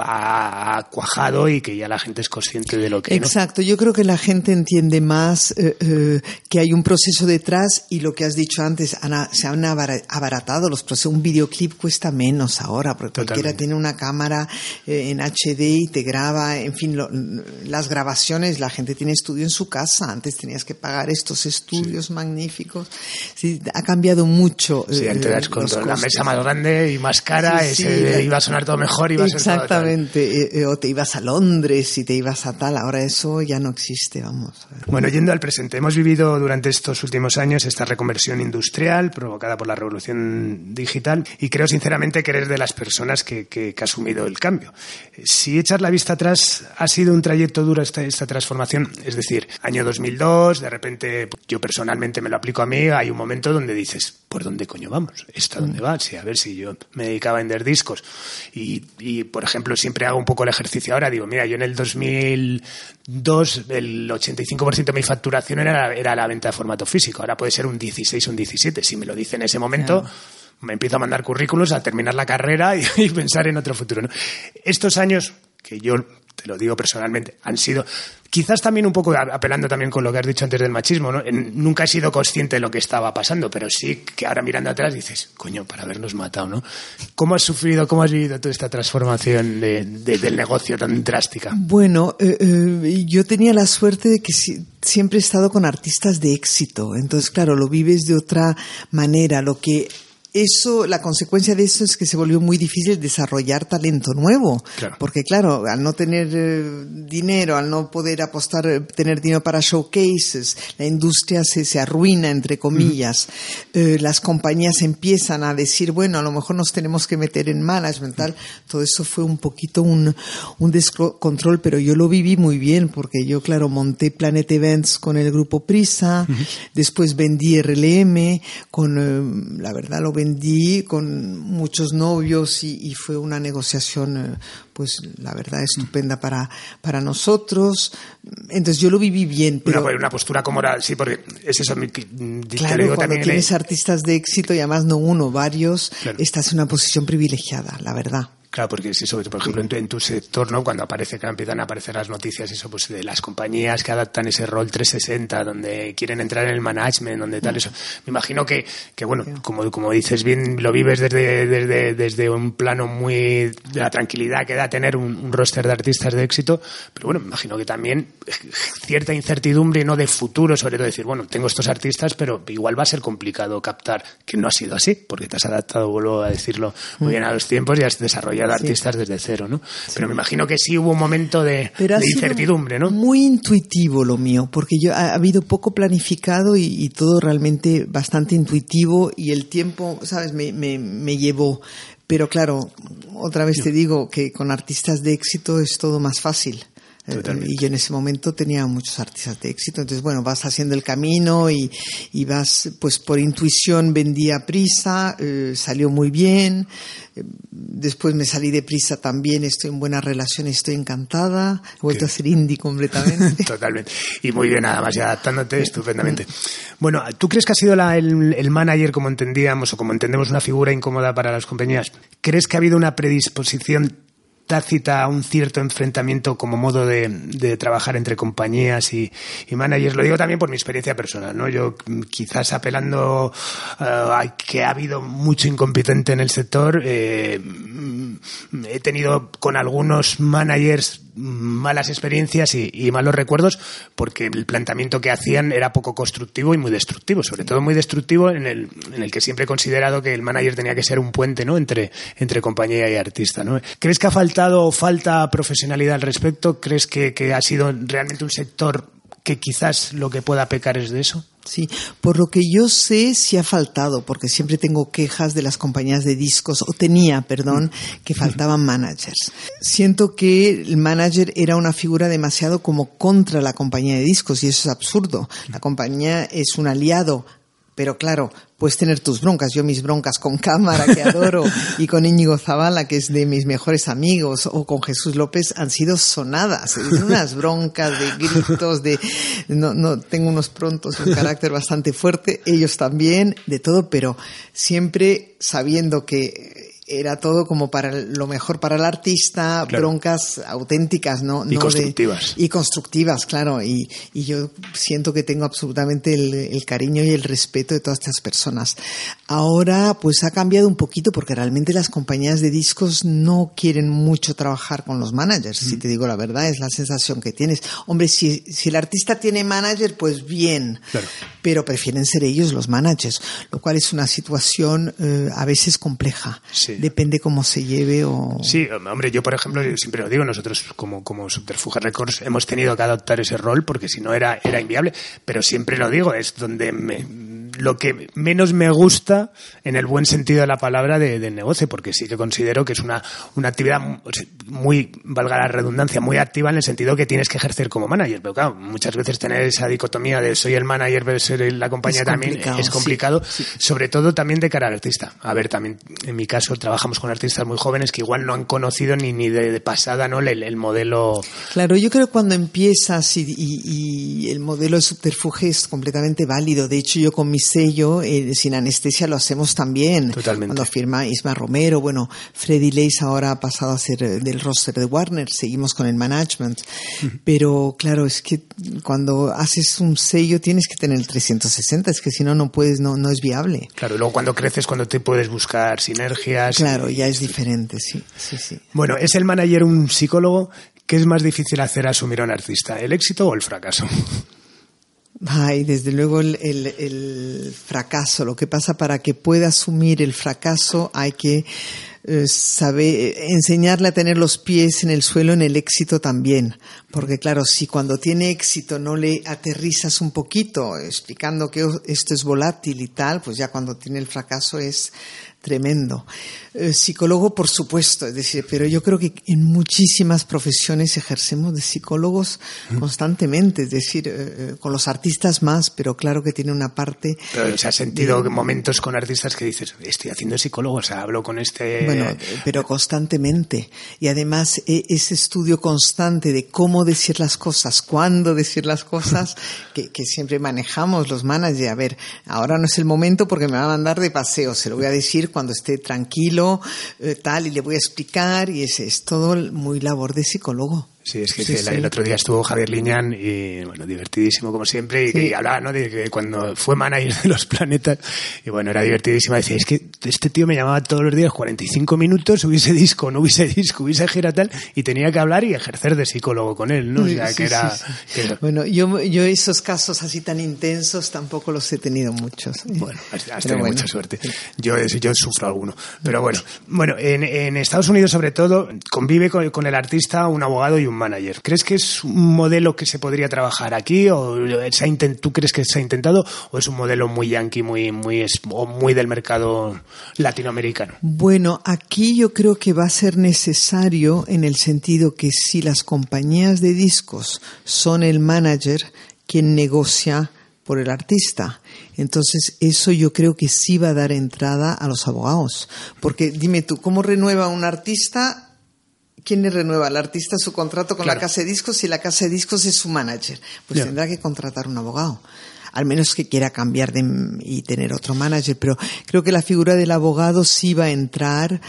ha cuajado y que ya la gente es consciente de lo que, ¿no? Exacto, yo creo que la gente entiende más que hay un proceso detrás y lo que has dicho antes, se han abaratado los procesos. Un videoclip cuesta menos ahora, porque cualquiera tiene una cámara en HD y te graba, en fin, las grabaciones, la gente tiene estudio en su casa, antes tenías que pagar estos estudios magníficos. Sí, ha cambiado mucho. Sí, antes con la mesa más grande y más cara, iba a sonar todo mejor, iba a ser todo tal. Exactamente, o te ibas a Londres y te ibas a tal, ahora eso ya no existe, vamos. Bueno, yendo al presente, hemos vivido durante estos últimos años esta reconversión industrial provocada por la revolución digital y creo sinceramente que eres de las personas que ha asumido el cambio. Si echas la vista atrás, ha sido un trayecto duro esta transformación, es decir, año 2002, de repente yo personalmente me lo aplico a mí, hay un momento donde dices, ¿por dónde coño vamos? ¿Esto dónde va? Sí, a ver, si yo me dedicaba a vender discos y por ejemplo, siempre hago un poco el ejercicio ahora, digo, mira, yo en el 2002 el 85% de mi facturación era la venta de formato físico, ahora puede ser un 16 o un 17, si me lo dice en ese momento... me empiezo a mandar currículos, a terminar la carrera y pensar en otro futuro, ¿no? Estos años, que yo te lo digo personalmente, han sido, quizás también un poco apelando también con lo que has dicho antes del machismo, ¿no? Nunca he sido consciente de lo que estaba pasando, pero sí que ahora mirando atrás dices, coño, para habernos matado, ¿no? ¿Cómo has sufrido, cómo has vivido toda esta transformación del negocio tan drástica? Bueno, yo tenía la suerte de que siempre he estado con artistas de éxito, entonces claro, lo vives de otra manera, la consecuencia de eso es que se volvió muy difícil desarrollar talento nuevo. Claro. Porque claro, al no tener dinero, al no poder tener dinero para showcases, la industria se arruina, entre comillas. Las compañías empiezan a decir, bueno, a lo mejor nos tenemos que meter en management, tal. Todo eso fue un poquito un descontrol, pero yo lo viví muy bien, porque yo, claro, monté Planet Events con el grupo Prisa, después vendí RLM, la verdad lo vendí con muchos novios y fue una negociación, pues la verdad estupenda para nosotros. Entonces yo lo viví bien. Pero una postura cómoda, sí, porque es eso. Claro, cuando también tienes artistas de éxito y además no uno, varios, estás en una posición privilegiada, la verdad. Claro, porque si eso, por ejemplo, en tu sector, ¿no? Cuando empiezan a aparecer las noticias, eso, pues de las compañías que adaptan ese rol 360, donde quieren entrar en el management, donde tal, eso. Me imagino que bueno, como dices bien, lo vives desde un plano muy de la tranquilidad que da tener un roster de artistas de éxito, pero bueno, me imagino que también cierta incertidumbre, ¿no? De futuro, sobre todo decir, bueno, tengo estos artistas, pero igual va a ser complicado captar, que no ha sido así, porque te has adaptado, vuelvo a decirlo, muy bien a los tiempos y has desarrollado artistas desde cero, ¿no? Sí. Pero me imagino que sí hubo un momento de incertidumbre, ¿no? Muy intuitivo lo mío, porque ha habido poco planificado y todo realmente bastante intuitivo y el tiempo, ¿sabes? Me llevó. Pero claro, otra vez te digo que con artistas de éxito es todo más fácil. Y yo en ese momento tenía muchos artistas de éxito. Entonces, bueno, vas haciendo el camino y vas, pues por intuición vendí a Prisa, salió muy bien. Después me salí de Prisa también, estoy en buena relación, estoy encantada. He vuelto a ser indie completamente. Totalmente. Y muy bien, además, y adaptándote estupendamente. Bueno, ¿tú crees que ha sido el manager, como entendíamos, o como entendemos, una figura incómoda para las compañías? ¿Crees que ha habido una predisposición tácita a un cierto enfrentamiento como modo de trabajar entre compañías y managers? Lo digo también por mi experiencia personal, ¿no? Yo quizás apelando a que ha habido mucho incompetente en el sector, he tenido con algunos managers malas experiencias y malos recuerdos porque el planteamiento que hacían era poco constructivo y muy destructivo, sobre todo muy destructivo en el que siempre he considerado que el manager tenía que ser un puente, ¿no? entre compañía y artista, ¿no? ¿Crees que ha faltado o falta profesionalidad al respecto? ¿Crees que ha sido realmente un sector que quizás lo que pueda pecar es de eso? Sí, por lo que yo sé, sí ha faltado, porque siempre tengo quejas de las compañías de discos, que faltaban managers. Siento que el manager era una figura demasiado como contra la compañía de discos, y eso es absurdo. La compañía es un aliado. Pero claro, puedes tener tus broncas. Yo mis broncas con Cámara, que adoro, y con Íñigo Zavala, que es de mis mejores amigos, o con Jesús López, han sido sonadas. Unas broncas de gritos, no tengo unos prontos, un carácter bastante fuerte. Ellos también, de todo, pero siempre sabiendo que era todo como para lo mejor para el artista, claro. Broncas auténticas, ¿no? Y constructivas. Y constructivas, claro. Y yo siento que tengo absolutamente el cariño y el respeto de todas estas personas. Ahora, pues ha cambiado un poquito porque realmente las compañías de discos no quieren mucho trabajar con los managers. Si te digo la verdad, es la sensación que tienes. Hombre, si el artista tiene manager, pues bien. Claro. Pero prefieren ser ellos los managers, lo cual es una situación a veces compleja. Sí. Depende cómo se lleve o... Sí, hombre, yo por ejemplo, yo siempre lo digo, nosotros como Subterfuge Records hemos tenido que adoptar ese rol porque si no era inviable, pero siempre lo digo, es donde lo que menos me gusta en el buen sentido de la palabra del negocio, porque sí que considero que es una actividad muy, valga la redundancia, muy activa en el sentido que tienes que ejercer como manager, pero claro, muchas veces tener esa dicotomía de soy el manager versus la compañía también es complicado, sí. Sobre todo también de cara al artista. A ver, también en mi caso trabajamos con artistas muy jóvenes que igual no han conocido ni de pasada, ¿no? el modelo. Claro, yo creo que cuando empiezas y el modelo de Subterfuge es completamente válido. De hecho, yo con mi sello, Sin Anestesia, lo hacemos también. Totalmente. Cuando firma Isma Romero, bueno, Freddy Leis ahora ha pasado a ser del roster de Warner, seguimos con el management. Pero claro, es que cuando haces un sello tienes que tener el 360, es que si no puedes, no es viable. Claro, y luego cuando creces, cuando te puedes buscar sinergias. Claro, ya es diferente, sí. Bueno, ¿es el manager un psicólogo? ¿Qué es más difícil hacer asumir a un artista, el éxito o el fracaso? Ay, desde luego el fracaso. Lo que pasa, para que pueda asumir el fracaso hay que saber enseñarle a tener los pies en el suelo en el éxito también, porque claro, si cuando tiene éxito no le aterrizas un poquito explicando que esto es volátil y tal, pues ya cuando tiene el fracaso es tremendo. Psicólogo, por supuesto, es decir, pero yo creo que en muchísimas profesiones ejercemos de psicólogos constantemente, es decir, con los artistas más, pero claro que tiene una parte... Pero se ha sentido momentos con artistas que dices, estoy haciendo psicólogo, o sea, hablo con este... Bueno, pero constantemente. Y además ese estudio constante de cómo decir las cosas, cuándo decir las cosas, que siempre manejamos los managers. A ver, ahora no es el momento porque me va a mandar de paseo, se lo voy a decir cuando esté tranquilo, tal, y le voy a explicar, y es todo muy labor de psicólogo. Sí, es que el otro día estuvo Javier Liñán y bueno, divertidísimo como siempre, y hablaba, ¿no?, de que cuando fue manager de Los Planetas, y bueno, era divertidísimo. Decía, es que este tío me llamaba todos los días 45 minutos, hubiese disco, no hubiese disco, hubiese gira tal, y tenía que hablar y ejercer de psicólogo con él, ¿no? O sea, que era... Bueno, yo esos casos así tan intensos tampoco los he tenido muchos. Bueno, has tenido mucha suerte. Yo sufro alguno. Pero bueno, en Estados Unidos sobre todo convive con el artista un abogado y un manager. ¿Crees que es un modelo que se podría trabajar aquí o tú crees que se ha intentado o es un modelo muy yankee, muy del mercado latinoamericano? Bueno, aquí yo creo que va a ser necesario en el sentido que si las compañías de discos son el manager quien negocia por el artista, entonces eso yo creo que sí va a dar entrada a los abogados. Porque dime tú, ¿cómo renueva un artista? ¿Quién le renueva? ¿El artista su contrato con la casa de discos? Si la casa de discos es su manager, pues tendrá que contratar un abogado. Al menos que quiera cambiar y tener otro manager, pero creo que la figura del abogado sí va a entrar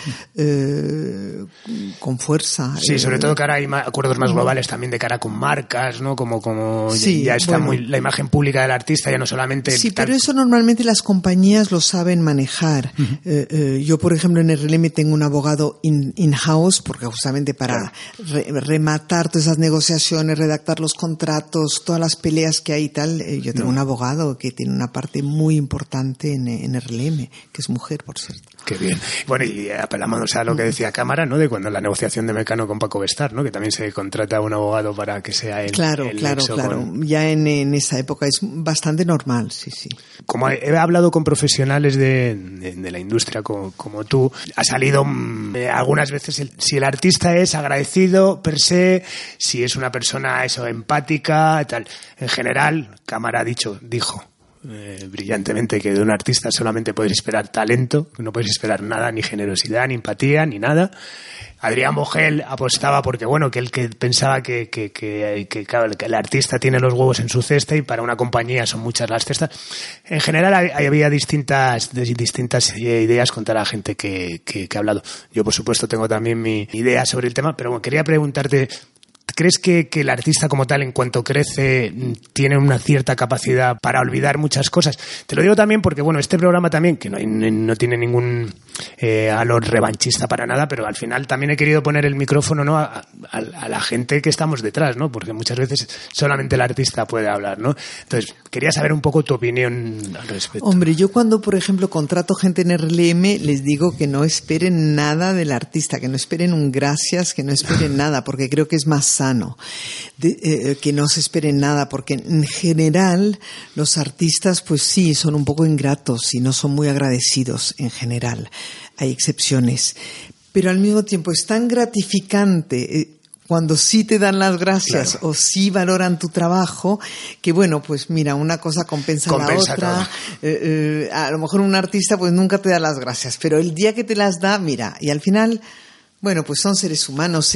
con fuerza. Sí, sobre todo que ahora hay acuerdos más globales también de cara con marcas, ¿no? Como sí, ya está muy la imagen pública del artista, ya no solamente... Sí, pero eso normalmente las compañías lo saben manejar. Yo, por ejemplo, en RLM tengo un abogado in-house, porque justamente para rematar todas esas negociaciones, redactar los contratos, todas las peleas que hay y tal, yo tengo un abogado que tiene una parte muy importante en RLM, que es mujer, por cierto. Qué bien. Bueno, y apelamos a lo que decía Cámara, ¿no? De cuando la negociación de Mecano con Paco Bestar, ¿no? Que también se contrata a un abogado para que sea el Claro. Ya en esa época es bastante normal, sí. Como he hablado con profesionales de la industria como tú, ha salido algunas veces si el artista es agradecido per se, si es una persona empática, tal. En general, Cámara dijo brillantemente que de un artista solamente puedes esperar talento, no puedes esperar nada, ni generosidad, ni empatía, ni nada. Adrián Bogel apostaba porque que él que pensaba que el artista tiene los huevos en su cesta y para una compañía son muchas las cestas. En general había distintas ideas contra la gente que ha hablado. Yo, por supuesto, tengo también mi idea sobre el tema, pero quería preguntarte, ¿crees que el artista como tal, en cuanto crece, tiene una cierta capacidad para olvidar muchas cosas? Te lo digo también porque, este programa también, que no tiene ningún halo revanchista para nada, pero al final también he querido poner el micrófono, ¿no? a la gente que estamos detrás, ¿no? Porque muchas veces solamente el artista puede hablar, ¿no? Entonces, quería saber un poco tu opinión al respecto. Hombre, yo cuando, por ejemplo, contrato gente en RLM, les digo que no esperen nada del artista, que no esperen un gracias, que no esperen nada, porque creo que es más sano que no se esperen nada, porque en general los artistas pues sí son un poco ingratos y no son muy agradecidos en general, hay excepciones, pero al mismo tiempo es tan gratificante cuando sí te dan las gracias o sí valoran tu trabajo, que pues mira, una cosa compensa la otra. A lo mejor un artista pues nunca te da las gracias, pero el día que te las da, mira, y al final, pues son seres humanos.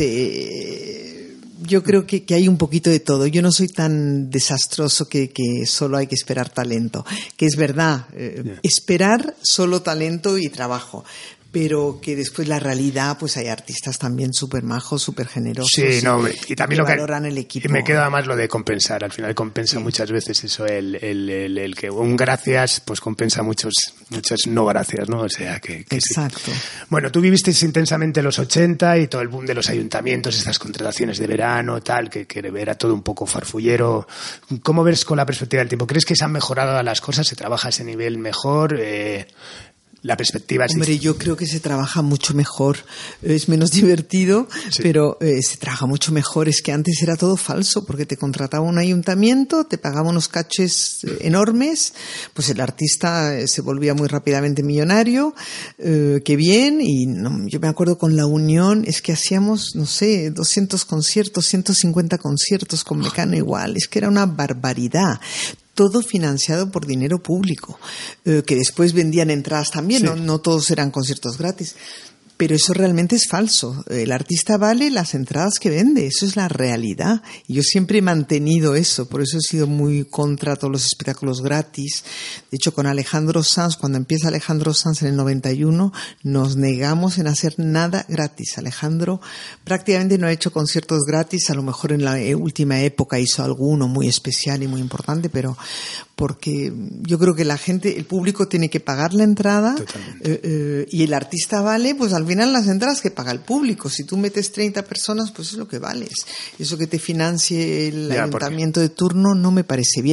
Yo creo que hay un poquito de todo. Yo no soy tan desastroso que solo hay que esperar talento, que es verdad, esperar solo talento y trabajo. Pero que después la realidad, pues hay artistas también súper majos, súper generosos. Sí, y también lo que valoran el equipo. Y me queda más lo de compensar. Al final compensa muchas veces eso, el que un gracias, pues compensa muchas no gracias, ¿no? O sea que exacto. Sí. Bueno, tú viviste intensamente los 80 y todo el boom de los ayuntamientos, estas contrataciones de verano, tal, que era todo un poco farfullero. ¿Cómo ves con la perspectiva del tiempo? ¿Crees que se han mejorado las cosas? ¿Se trabaja a ese nivel mejor? La perspectiva es... Hombre, yo creo que se trabaja mucho mejor. Es menos divertido, pero se trabaja mucho mejor. Es que antes era todo falso, porque te contrataba un ayuntamiento, te pagaba unos caches enormes, pues el artista se volvía muy rápidamente millonario, qué bien, y yo me acuerdo con La Unión, es que hacíamos, 200 conciertos, 150 conciertos con Mecano igual, es que era una barbaridad. Todo financiado por dinero público, que después vendían entradas también, no todos eran conciertos gratis. Pero eso realmente es falso. El artista vale las entradas que vende. Eso es la realidad. Y yo siempre he mantenido eso. Por eso he sido muy contra todos los espectáculos gratis. De hecho, con Alejandro Sanz, cuando empieza Alejandro Sanz en el 91, nos negamos en hacer nada gratis. Alejandro prácticamente no ha hecho conciertos gratis. A lo mejor en la última época hizo alguno muy especial y muy importante, pero porque yo creo que el público tiene que pagar la entrada y el artista vale, pues al final las entradas que paga el público. Si tú metes 30 personas, pues es lo que vales. Eso que te financie el ayuntamiento de turno no me parece bien.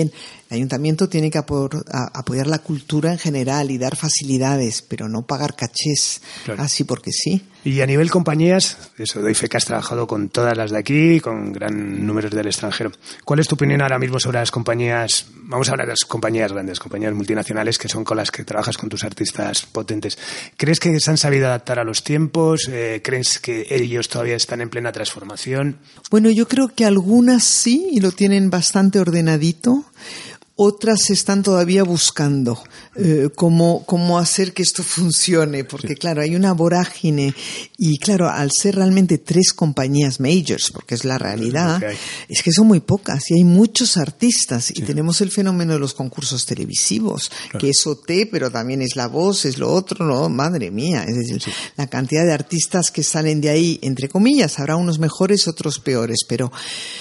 El ayuntamiento tiene que apoyar la cultura en general y dar facilidades, pero no pagar cachés así porque sí. Y a nivel compañías, eso, doy fe que has trabajado con todas las de aquí y con gran número del extranjero. ¿Cuál es tu opinión ahora mismo sobre las compañías? Vamos a hablar de las compañías grandes, compañías multinacionales que son con las que trabajas con tus artistas potentes. ¿Crees que se han sabido adaptar a los tiempos? ¿Crees que ellos todavía están en plena transformación? Bueno, yo creo que algunas sí y lo tienen bastante ordenadito. Otras están todavía buscando cómo hacer que esto funcione, porque claro, hay una vorágine y claro, al ser realmente 3 compañías majors, porque es la realidad, es que son muy pocas y hay muchos artistas y tenemos el fenómeno de los concursos televisivos, que es OT, pero también es La Voz, es lo otro, no, madre mía, es decir, la cantidad de artistas que salen de ahí, entre comillas, habrá unos mejores, otros peores, pero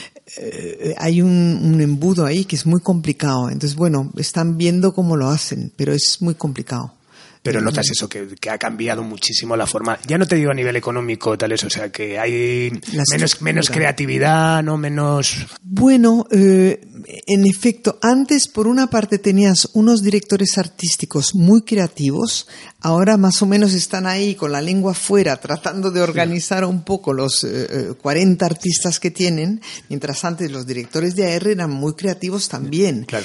hay un embudo ahí que es muy complicado. Entonces, bueno, están viendo cómo lo hacen, pero es muy complicado. Pero notas eso, que ha cambiado muchísimo la forma, ya no te digo a nivel económico, tal eso, o sea, que hay menos creatividad, ¿no? Menos... Bueno, en efecto, antes por una parte tenías unos directores artísticos muy creativos, ahora más o menos están ahí con la lengua fuera tratando de organizar un poco los 40 artistas que tienen, mientras antes los directores de AR eran muy creativos también. Claro.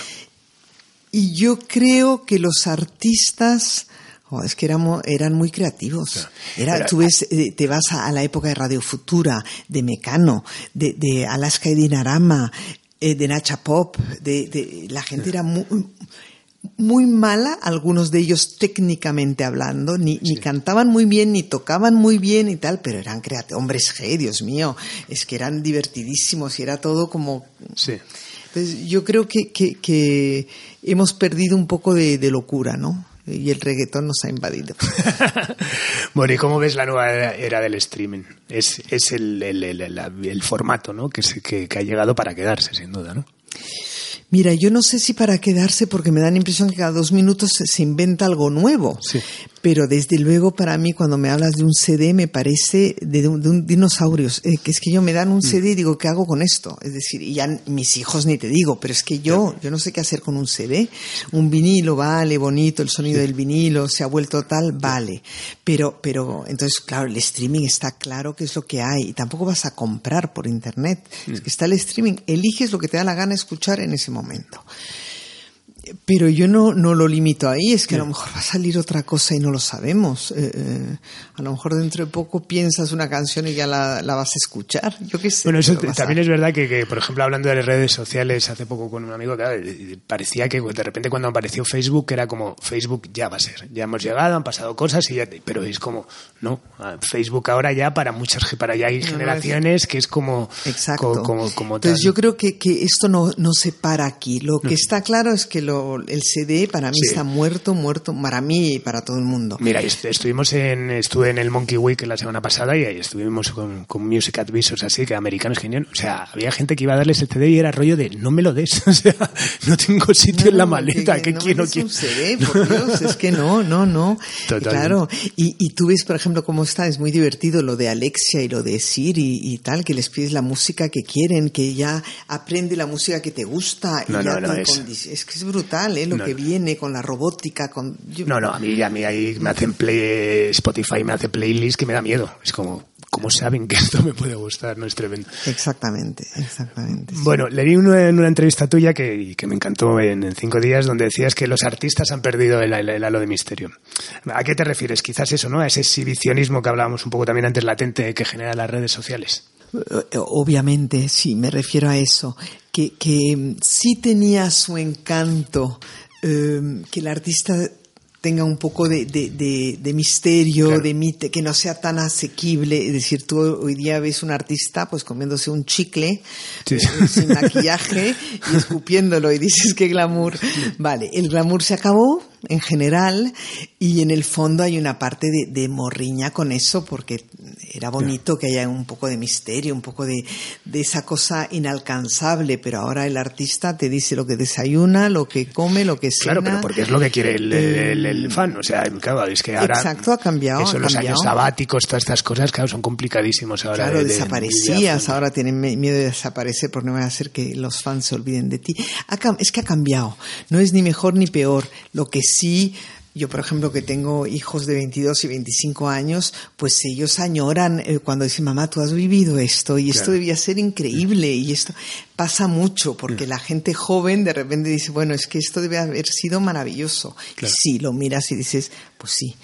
Y yo creo que los artistas... es que eran muy creativos. Tú ves, te vas a la época de Radio Futura, de Mecano, de Alaska y Dinarama, de Nacha Pop, la gente era muy mala, algunos de ellos técnicamente hablando, ni cantaban muy bien, ni tocaban muy bien y tal, pero eran creativos. Hombres G, Dios mío, es que eran divertidísimos y era todo como... Sí. Entonces, yo creo que hemos perdido un poco de locura, ¿no? Y el reggaetón nos ha invadido. Bueno, ¿y cómo ves la nueva era del streaming? Es el formato, ¿no? que ha llegado para quedarse, sin duda, ¿no? Mira, yo no sé si para quedarse, porque me da la impresión que cada 2 minutos se inventa algo nuevo. Sí. Pero desde luego para mí cuando me hablas de un CD me parece de un dinosaurios. Que es que yo me dan un CD y digo, ¿qué hago con esto? Es decir, y ya mis hijos ni te digo, pero es que yo no sé qué hacer con un CD. Un vinilo, vale, bonito, el sonido del vinilo, se ha vuelto tal, vale. Pero entonces, claro, el streaming está claro que es lo que hay y tampoco vas a comprar por internet. Es que está el streaming, eliges lo que te da la gana escuchar en ese momento. Pero yo no lo limito ahí, es que a lo mejor va a salir otra cosa y no lo sabemos. A lo mejor dentro de poco piensas una canción y ya la vas a escuchar. Yo qué sé. Bueno, eso también es verdad que, por ejemplo, hablando de las redes sociales, hace poco con un amigo, claro, parecía que de repente cuando apareció Facebook era como, Facebook ya va a ser. Ya hemos llegado, han pasado cosas, pero es como, no, Facebook ahora ya para ya hay generaciones que es como... Exacto. Como entonces tal. Yo creo que esto no se para aquí. Lo que está claro es que el CD para mí está muerto, para mí y para todo el mundo. Mira, estuve en el Monkey Week la semana pasada y ahí estuvimos con Music Advisors, así que americanos genial. O sea, había gente que iba a darles el CD y era rollo de no me lo des, o sea, no tengo sitio en la maleta, ¿qué quiero? Un CD, por Dios, es que no. Totalmente. Claro, y tú ves, por ejemplo, cómo está, es muy divertido lo de Alexia y lo de Siri y tal, que les pides la música que quieren, que ya aprende la música que te gusta. Es que es brutal. Lo que viene con la robótica. A mí ahí me hacen Spotify me hace playlist que me da miedo. Es como, ¿cómo saben que esto me puede gustar? No es tremendo. Exactamente. Bueno, leí en una entrevista tuya que me encantó en 5 días, donde decías que los artistas han perdido el halo de misterio. ¿A qué te refieres? Quizás eso, ¿no? A ese exhibicionismo que hablábamos un poco también antes latente que generan las redes sociales. Obviamente, sí, me refiero a eso. Que sí tenía su encanto, que el artista tenga un poco de misterio, claro, de mito, que no sea tan asequible. Es decir, tú hoy día ves un artista pues comiéndose un chicle, sin maquillaje y escupiéndolo y dices qué glamour. Vale, el glamour se acabó. en general, y en el fondo hay una parte de morriña con eso, porque era bonito que haya un poco de misterio, un poco de esa cosa inalcanzable, pero ahora el artista te dice lo que desayuna, lo que come, lo que cena. Claro, pero porque es lo que quiere el fan, o sea, claro, es que ahora... Exacto, ha cambiado. Eso, los años sabáticos, todas estas cosas, claro, son complicadísimos ahora. Claro, desaparecías, ahora tienen miedo de desaparecer porque no va a hacer que los fans se olviden de ti. Es que ha cambiado, no es ni mejor ni peor. Lo que sí, yo por ejemplo que tengo hijos de 22 y 25 años, pues ellos añoran cuando dicen, mamá, tú has vivido esto y esto debía ser increíble, y esto pasa mucho porque la gente joven de repente dice, bueno, es que esto debe haber sido maravilloso. Claro. Y sí, lo miras y dices, pues sí.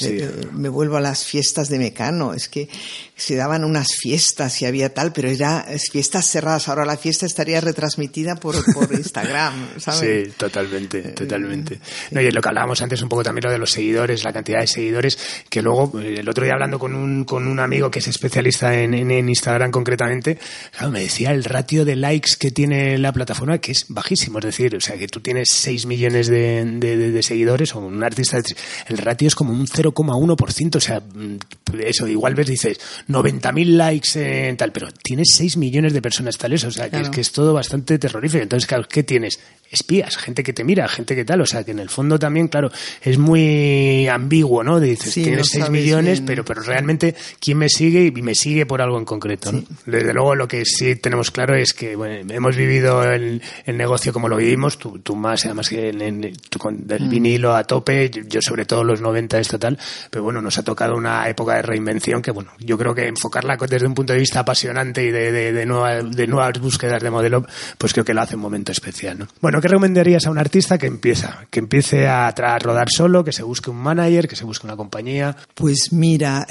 Me vuelvo a las fiestas de Mecano, es que se daban unas fiestas y había tal, pero eran fiestas cerradas. Ahora la fiesta estaría retransmitida por Instagram, ¿sabes? Sí, totalmente. No, y lo que hablábamos antes un poco también, lo de los seguidores, la cantidad de seguidores, que luego el otro día hablando con un amigo que es especialista en Instagram concretamente, claro, me decía el ratio de likes que tiene la plataforma, que es bajísimo, es decir, o sea, que tú tienes 6 millones de seguidores, o un artista, el ratio es como un 0,1%, o sea, eso, igual ves, dices 90.000 likes en tal, pero tienes 6 millones de personas tales, o sea, claro, que es todo bastante terrorífico. Entonces, claro, ¿qué tienes? Espías, gente que te mira, gente que tal, o sea, que en el fondo también, claro, es muy ambiguo, ¿no? Dices, tienes 6 millones, pero realmente, ¿quién me sigue? Y me sigue por algo en concreto, ¿no? Desde luego, lo que sí tenemos claro es que, bueno, hemos vivido el negocio como lo vivimos, tú más, además que tú con el vinilo a tope, yo sobre todo los 90 es total, pero bueno, nos ha tocado una época de reinvención que, bueno, yo creo que enfocarla desde un punto de vista apasionante y de nuevas búsquedas de modelo, pues creo que lo hace un momento especial, ¿no? Bueno, ¿qué recomendarías a un artista que empiece a rodar solo, que se busque un manager, que se busque una compañía? Pues mira,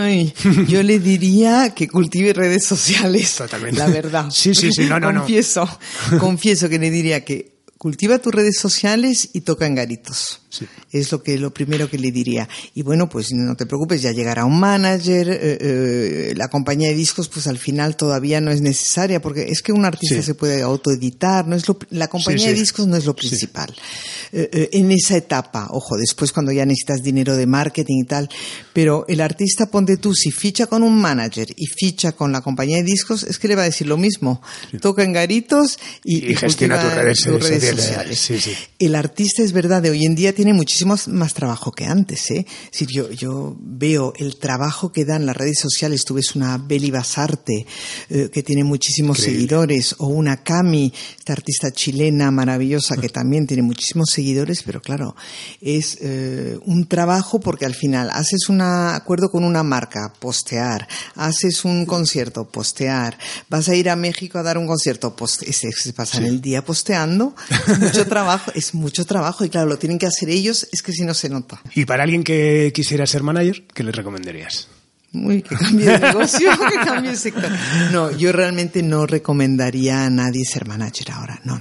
yo le diría que cultive redes sociales. Totalmente. La verdad. Sí, no. Confieso que le diría que cultiva tus redes sociales y toca en garitos. Sí. Es lo primero que le diría. Y bueno, pues no te preocupes, ya llegará un manager, la compañía de discos pues al final todavía no es necesaria, porque es que un artista se puede autoeditar, la compañía de discos no es lo principal. En esa etapa, ojo, después cuando ya necesitas dinero de marketing y tal, pero el artista, ponte tú, si ficha con un manager y ficha con la compañía de discos, es que le va a decir lo mismo. Toca en garitos y gestiona tus redes sociales. Sí. El artista, es verdad, de hoy en día tiene muchísimo más trabajo que antes, ¿eh? Es decir, yo veo el trabajo que dan las redes sociales. Tú ves una Beli Basarte, que tiene muchísimos seguidores, o una Cami, esta artista chilena maravillosa que también tiene muchísimos seguidores, pero claro, es un trabajo, porque al final haces un acuerdo con una marca, postear, haces un concierto, postear, vas a ir a México a dar un concierto, se pasan el día posteando, es mucho trabajo, y claro, lo tienen que hacer ellos, es que si no se nota. Y para alguien que quisiera ser manager, ¿qué le recomendarías? Uy, que cambie de negocio, que cambie de sector. No, yo realmente no recomendaría a nadie ser manager ahora. No.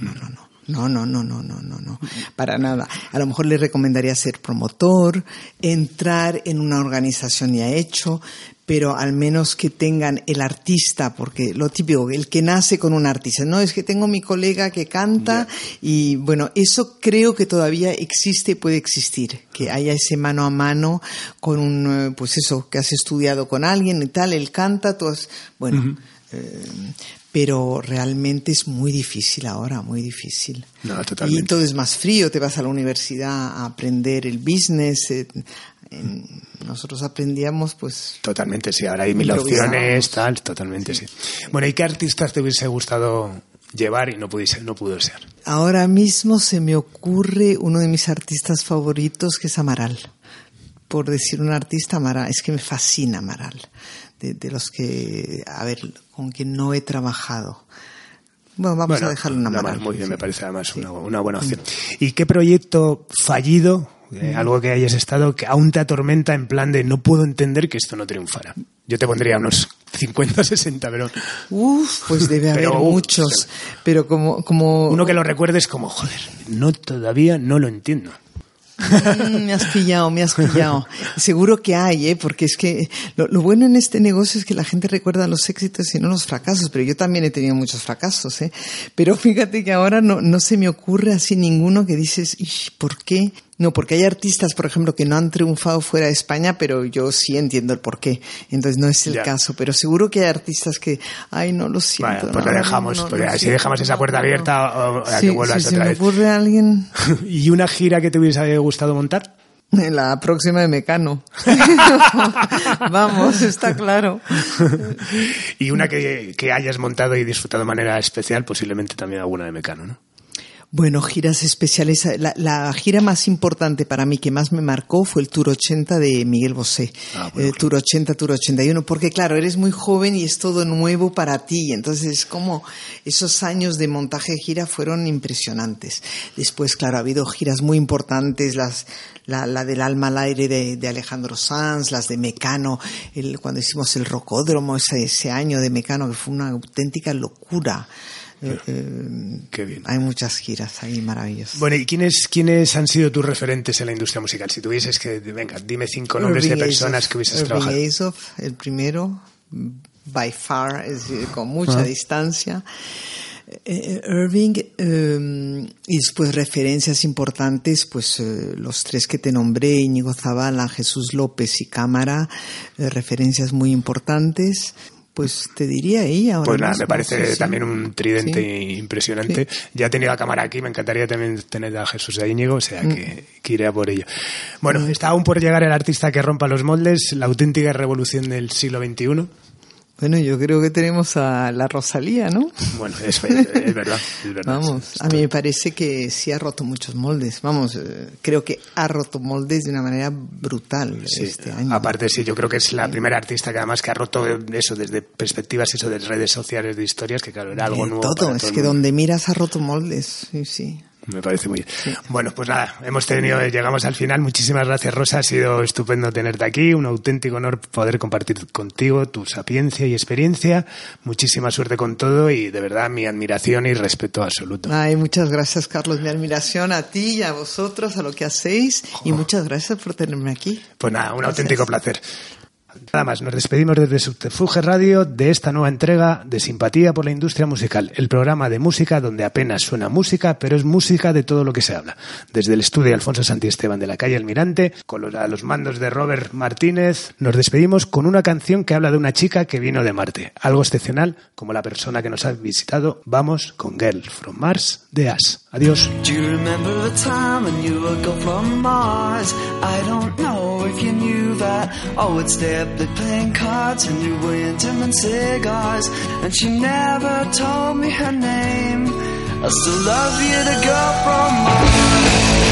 No, para nada. A lo mejor le recomendaría ser promotor, entrar en una organización ya hecho, pero al menos que tengan el artista, porque lo típico, el que nace con un artista, no, es que tengo mi colega que canta, y bueno, eso creo que todavía existe y puede existir, que haya ese mano a mano con un, pues eso, que has estudiado con alguien y tal, él canta, tú has, bueno, pero realmente es muy difícil ahora, muy difícil. No, totalmente. Y todo es más frío, te vas a la universidad a aprender el business. Nosotros aprendíamos, pues... Totalmente, sí, ahora hay 1000 opciones, tal, totalmente, sí. Bueno, ¿y qué artistas te hubiese gustado llevar y no pudo ser? Ahora mismo se me ocurre uno de mis artistas favoritos, que es Amaral. Por decir un artista, Amaral, es que me fascina Amaral. De los que, a ver, con quien no he trabajado. Bueno, vamos a dejarlo en Amaral. Muy bien, me parece además una buena opción. ¿Y qué proyecto fallido, algo que hayas estado, que aún te atormenta en plan de no puedo entender que esto no triunfara? Yo te pondría unos 50, 60, pero... Pues debe haber muchos. Pero como... Uno que lo recuerdes como, joder, todavía no lo entiendo. Me has pillado. Seguro que hay, porque es que lo bueno en este negocio es que la gente recuerda los éxitos y no los fracasos, pero yo también he tenido muchos fracasos, pero fíjate que ahora no se me ocurre así ninguno que dices, ¿por qué? No, porque hay artistas, por ejemplo, que no han triunfado fuera de España, pero yo sí entiendo el porqué. Entonces no es el caso, pero seguro que hay artistas que, ay, no lo siento. Bueno, pues lo dejamos, porque así dejamos esa puerta abierta a que vuelvas otra vez. ¿Se me ocurre a alguien? ¿Y una gira que te hubiese gustado montar? La próxima de Mecano. Vamos, está claro. Y una que hayas montado y disfrutado de manera especial, posiblemente también alguna de Mecano, ¿no? Bueno, giras especiales. La gira más importante para mí, que más me marcó, fue el Tour 80 de Miguel Bosé. Bueno, Tour 80, Tour 81, porque claro, eres muy joven y es todo nuevo para ti. Entonces es como esos años de montaje de gira fueron impresionantes. Después, claro, ha habido giras muy importantes, la del Alma al Aire de Alejandro Sanz, las de Mecano, cuando hicimos el Rocódromo, ese año de Mecano, que fue una auténtica locura. Qué bien. Hay muchas giras ahí maravillosas. Bueno, ¿y quiénes han sido tus referentes en la industria musical? Si tuvieses que, venga, dime 5 nombres de personas que hubieses trabajado. Irving Azoff, el primero, by far, es decir, con mucha distancia. Irving, y después referencias importantes, pues los 3 que te nombré, Íñigo Zabala, Jesús López y Cámara, referencias muy importantes. Pues te diría ella. Pues nada, me parece también un tridente impresionante. Sí. Ya he tenido a Cámara aquí, me encantaría también tener a Jesús de Íñigo, o sea que iré a por ello. Bueno, está aún por llegar el artista que rompa los moldes, la auténtica revolución del siglo XXI. Bueno, yo creo que tenemos a la Rosalía, ¿no? Bueno, es verdad. Vamos, a mí me parece que sí ha roto muchos moldes. Vamos, creo que ha roto moldes de una manera brutal este año. Aparte, sí, yo creo que es la primera artista que además que ha roto eso desde perspectivas, eso de redes sociales, de historias, que claro, era algo nuevo. Todo, es que donde miras ha roto moldes, sí. Me parece muy bien. Sí. Bueno, pues nada, llegamos al final. Muchísimas gracias, Rosa. Ha sido estupendo tenerte aquí. Un auténtico honor poder compartir contigo tu sapiencia y experiencia. Muchísima suerte con todo y de verdad mi admiración y respeto absoluto. Ay, muchas gracias, Carlos. Mi admiración a ti y a vosotros, a lo que hacéis. Y muchas gracias por tenerme aquí. Pues nada, un auténtico placer. Nada más, nos despedimos desde Subterfuge Radio de esta nueva entrega de Simpatía por la Industria Musical, el programa de música donde apenas suena música, pero es música de todo lo que se habla. Desde el estudio Alfonso Santiesteban de la calle Almirante, a los mandos de Robert Martínez, nos despedimos con una canción que habla de una chica que vino de Marte, algo excepcional como la persona que nos ha visitado. Vamos con Girl from Mars de As. Adiós. Do you remember the time when you would go from Mars? I don't know if you knew that. I would stay up late playing cards and you were into cigars. And she never told me her name. I still love you, the girl from Mars.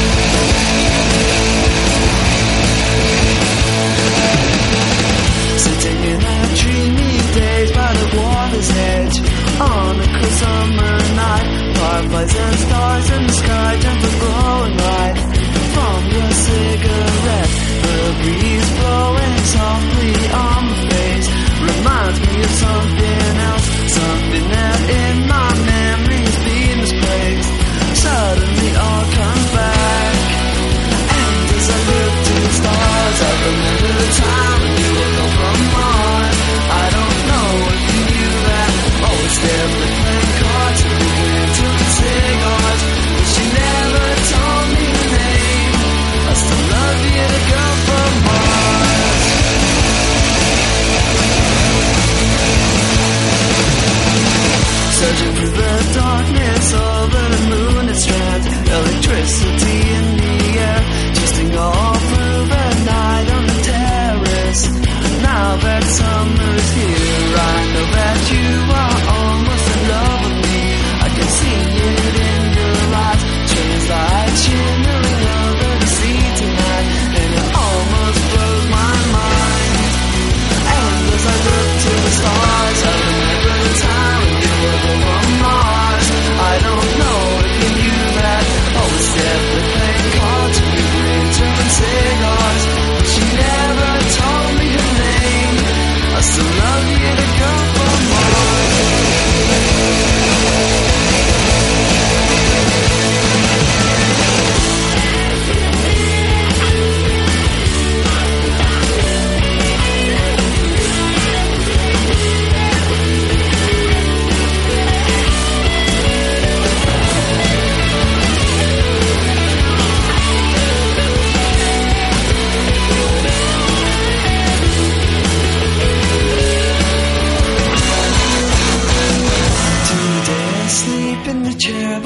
Sitting in our dreamy days by the water's edge on a cool summer night. Fireflies and stars in the sky, gentle glowing light from your cigarette. The breeze blowing softly on my face reminds me of something else, something that in my memories been misplaced. Suddenly all comes back, and as I look to the stars, I remember the time when you woke up from Mars. I don't know if you knew that. Always there playing cards and we went to the cigars, but she never told me her name. I still love you, the girl from Mars. Searching through the darkness over the moon and strands, electricity in the air, twisting all through the night on the terrace. Now that summer's here, I know that you are almost in love with me. I can see it in your eyes, strange light shimmering over the sea tonight, and it almost blows my mind. And as I look to the stars, I remember the time when you were from Mars.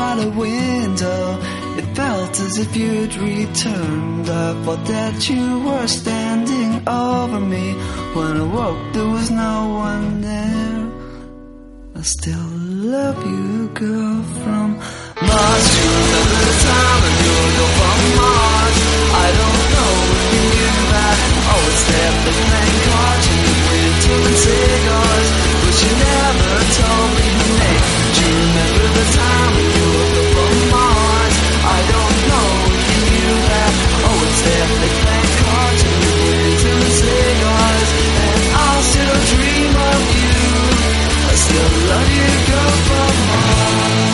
by the window. It felt as if you'd returned. I thought that you were standing over me. When I woke, there was no one there. I still love you, girl, from Mars. You remember the time I knew a girl from Mars. I don't know if you knew that. Oh, it's there, they playing cards and you waited till the cigars. But you never told me her name. Do you remember the time I knew a girl from Mars? I don't know if you knew that. Oh, it's there, they playing cards and you waited till the cigars. And I'll still dream of you. I still love you, girl from Mars.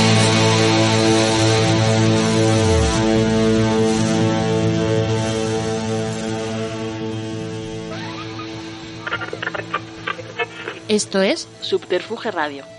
Esto es Subterfuge Radio.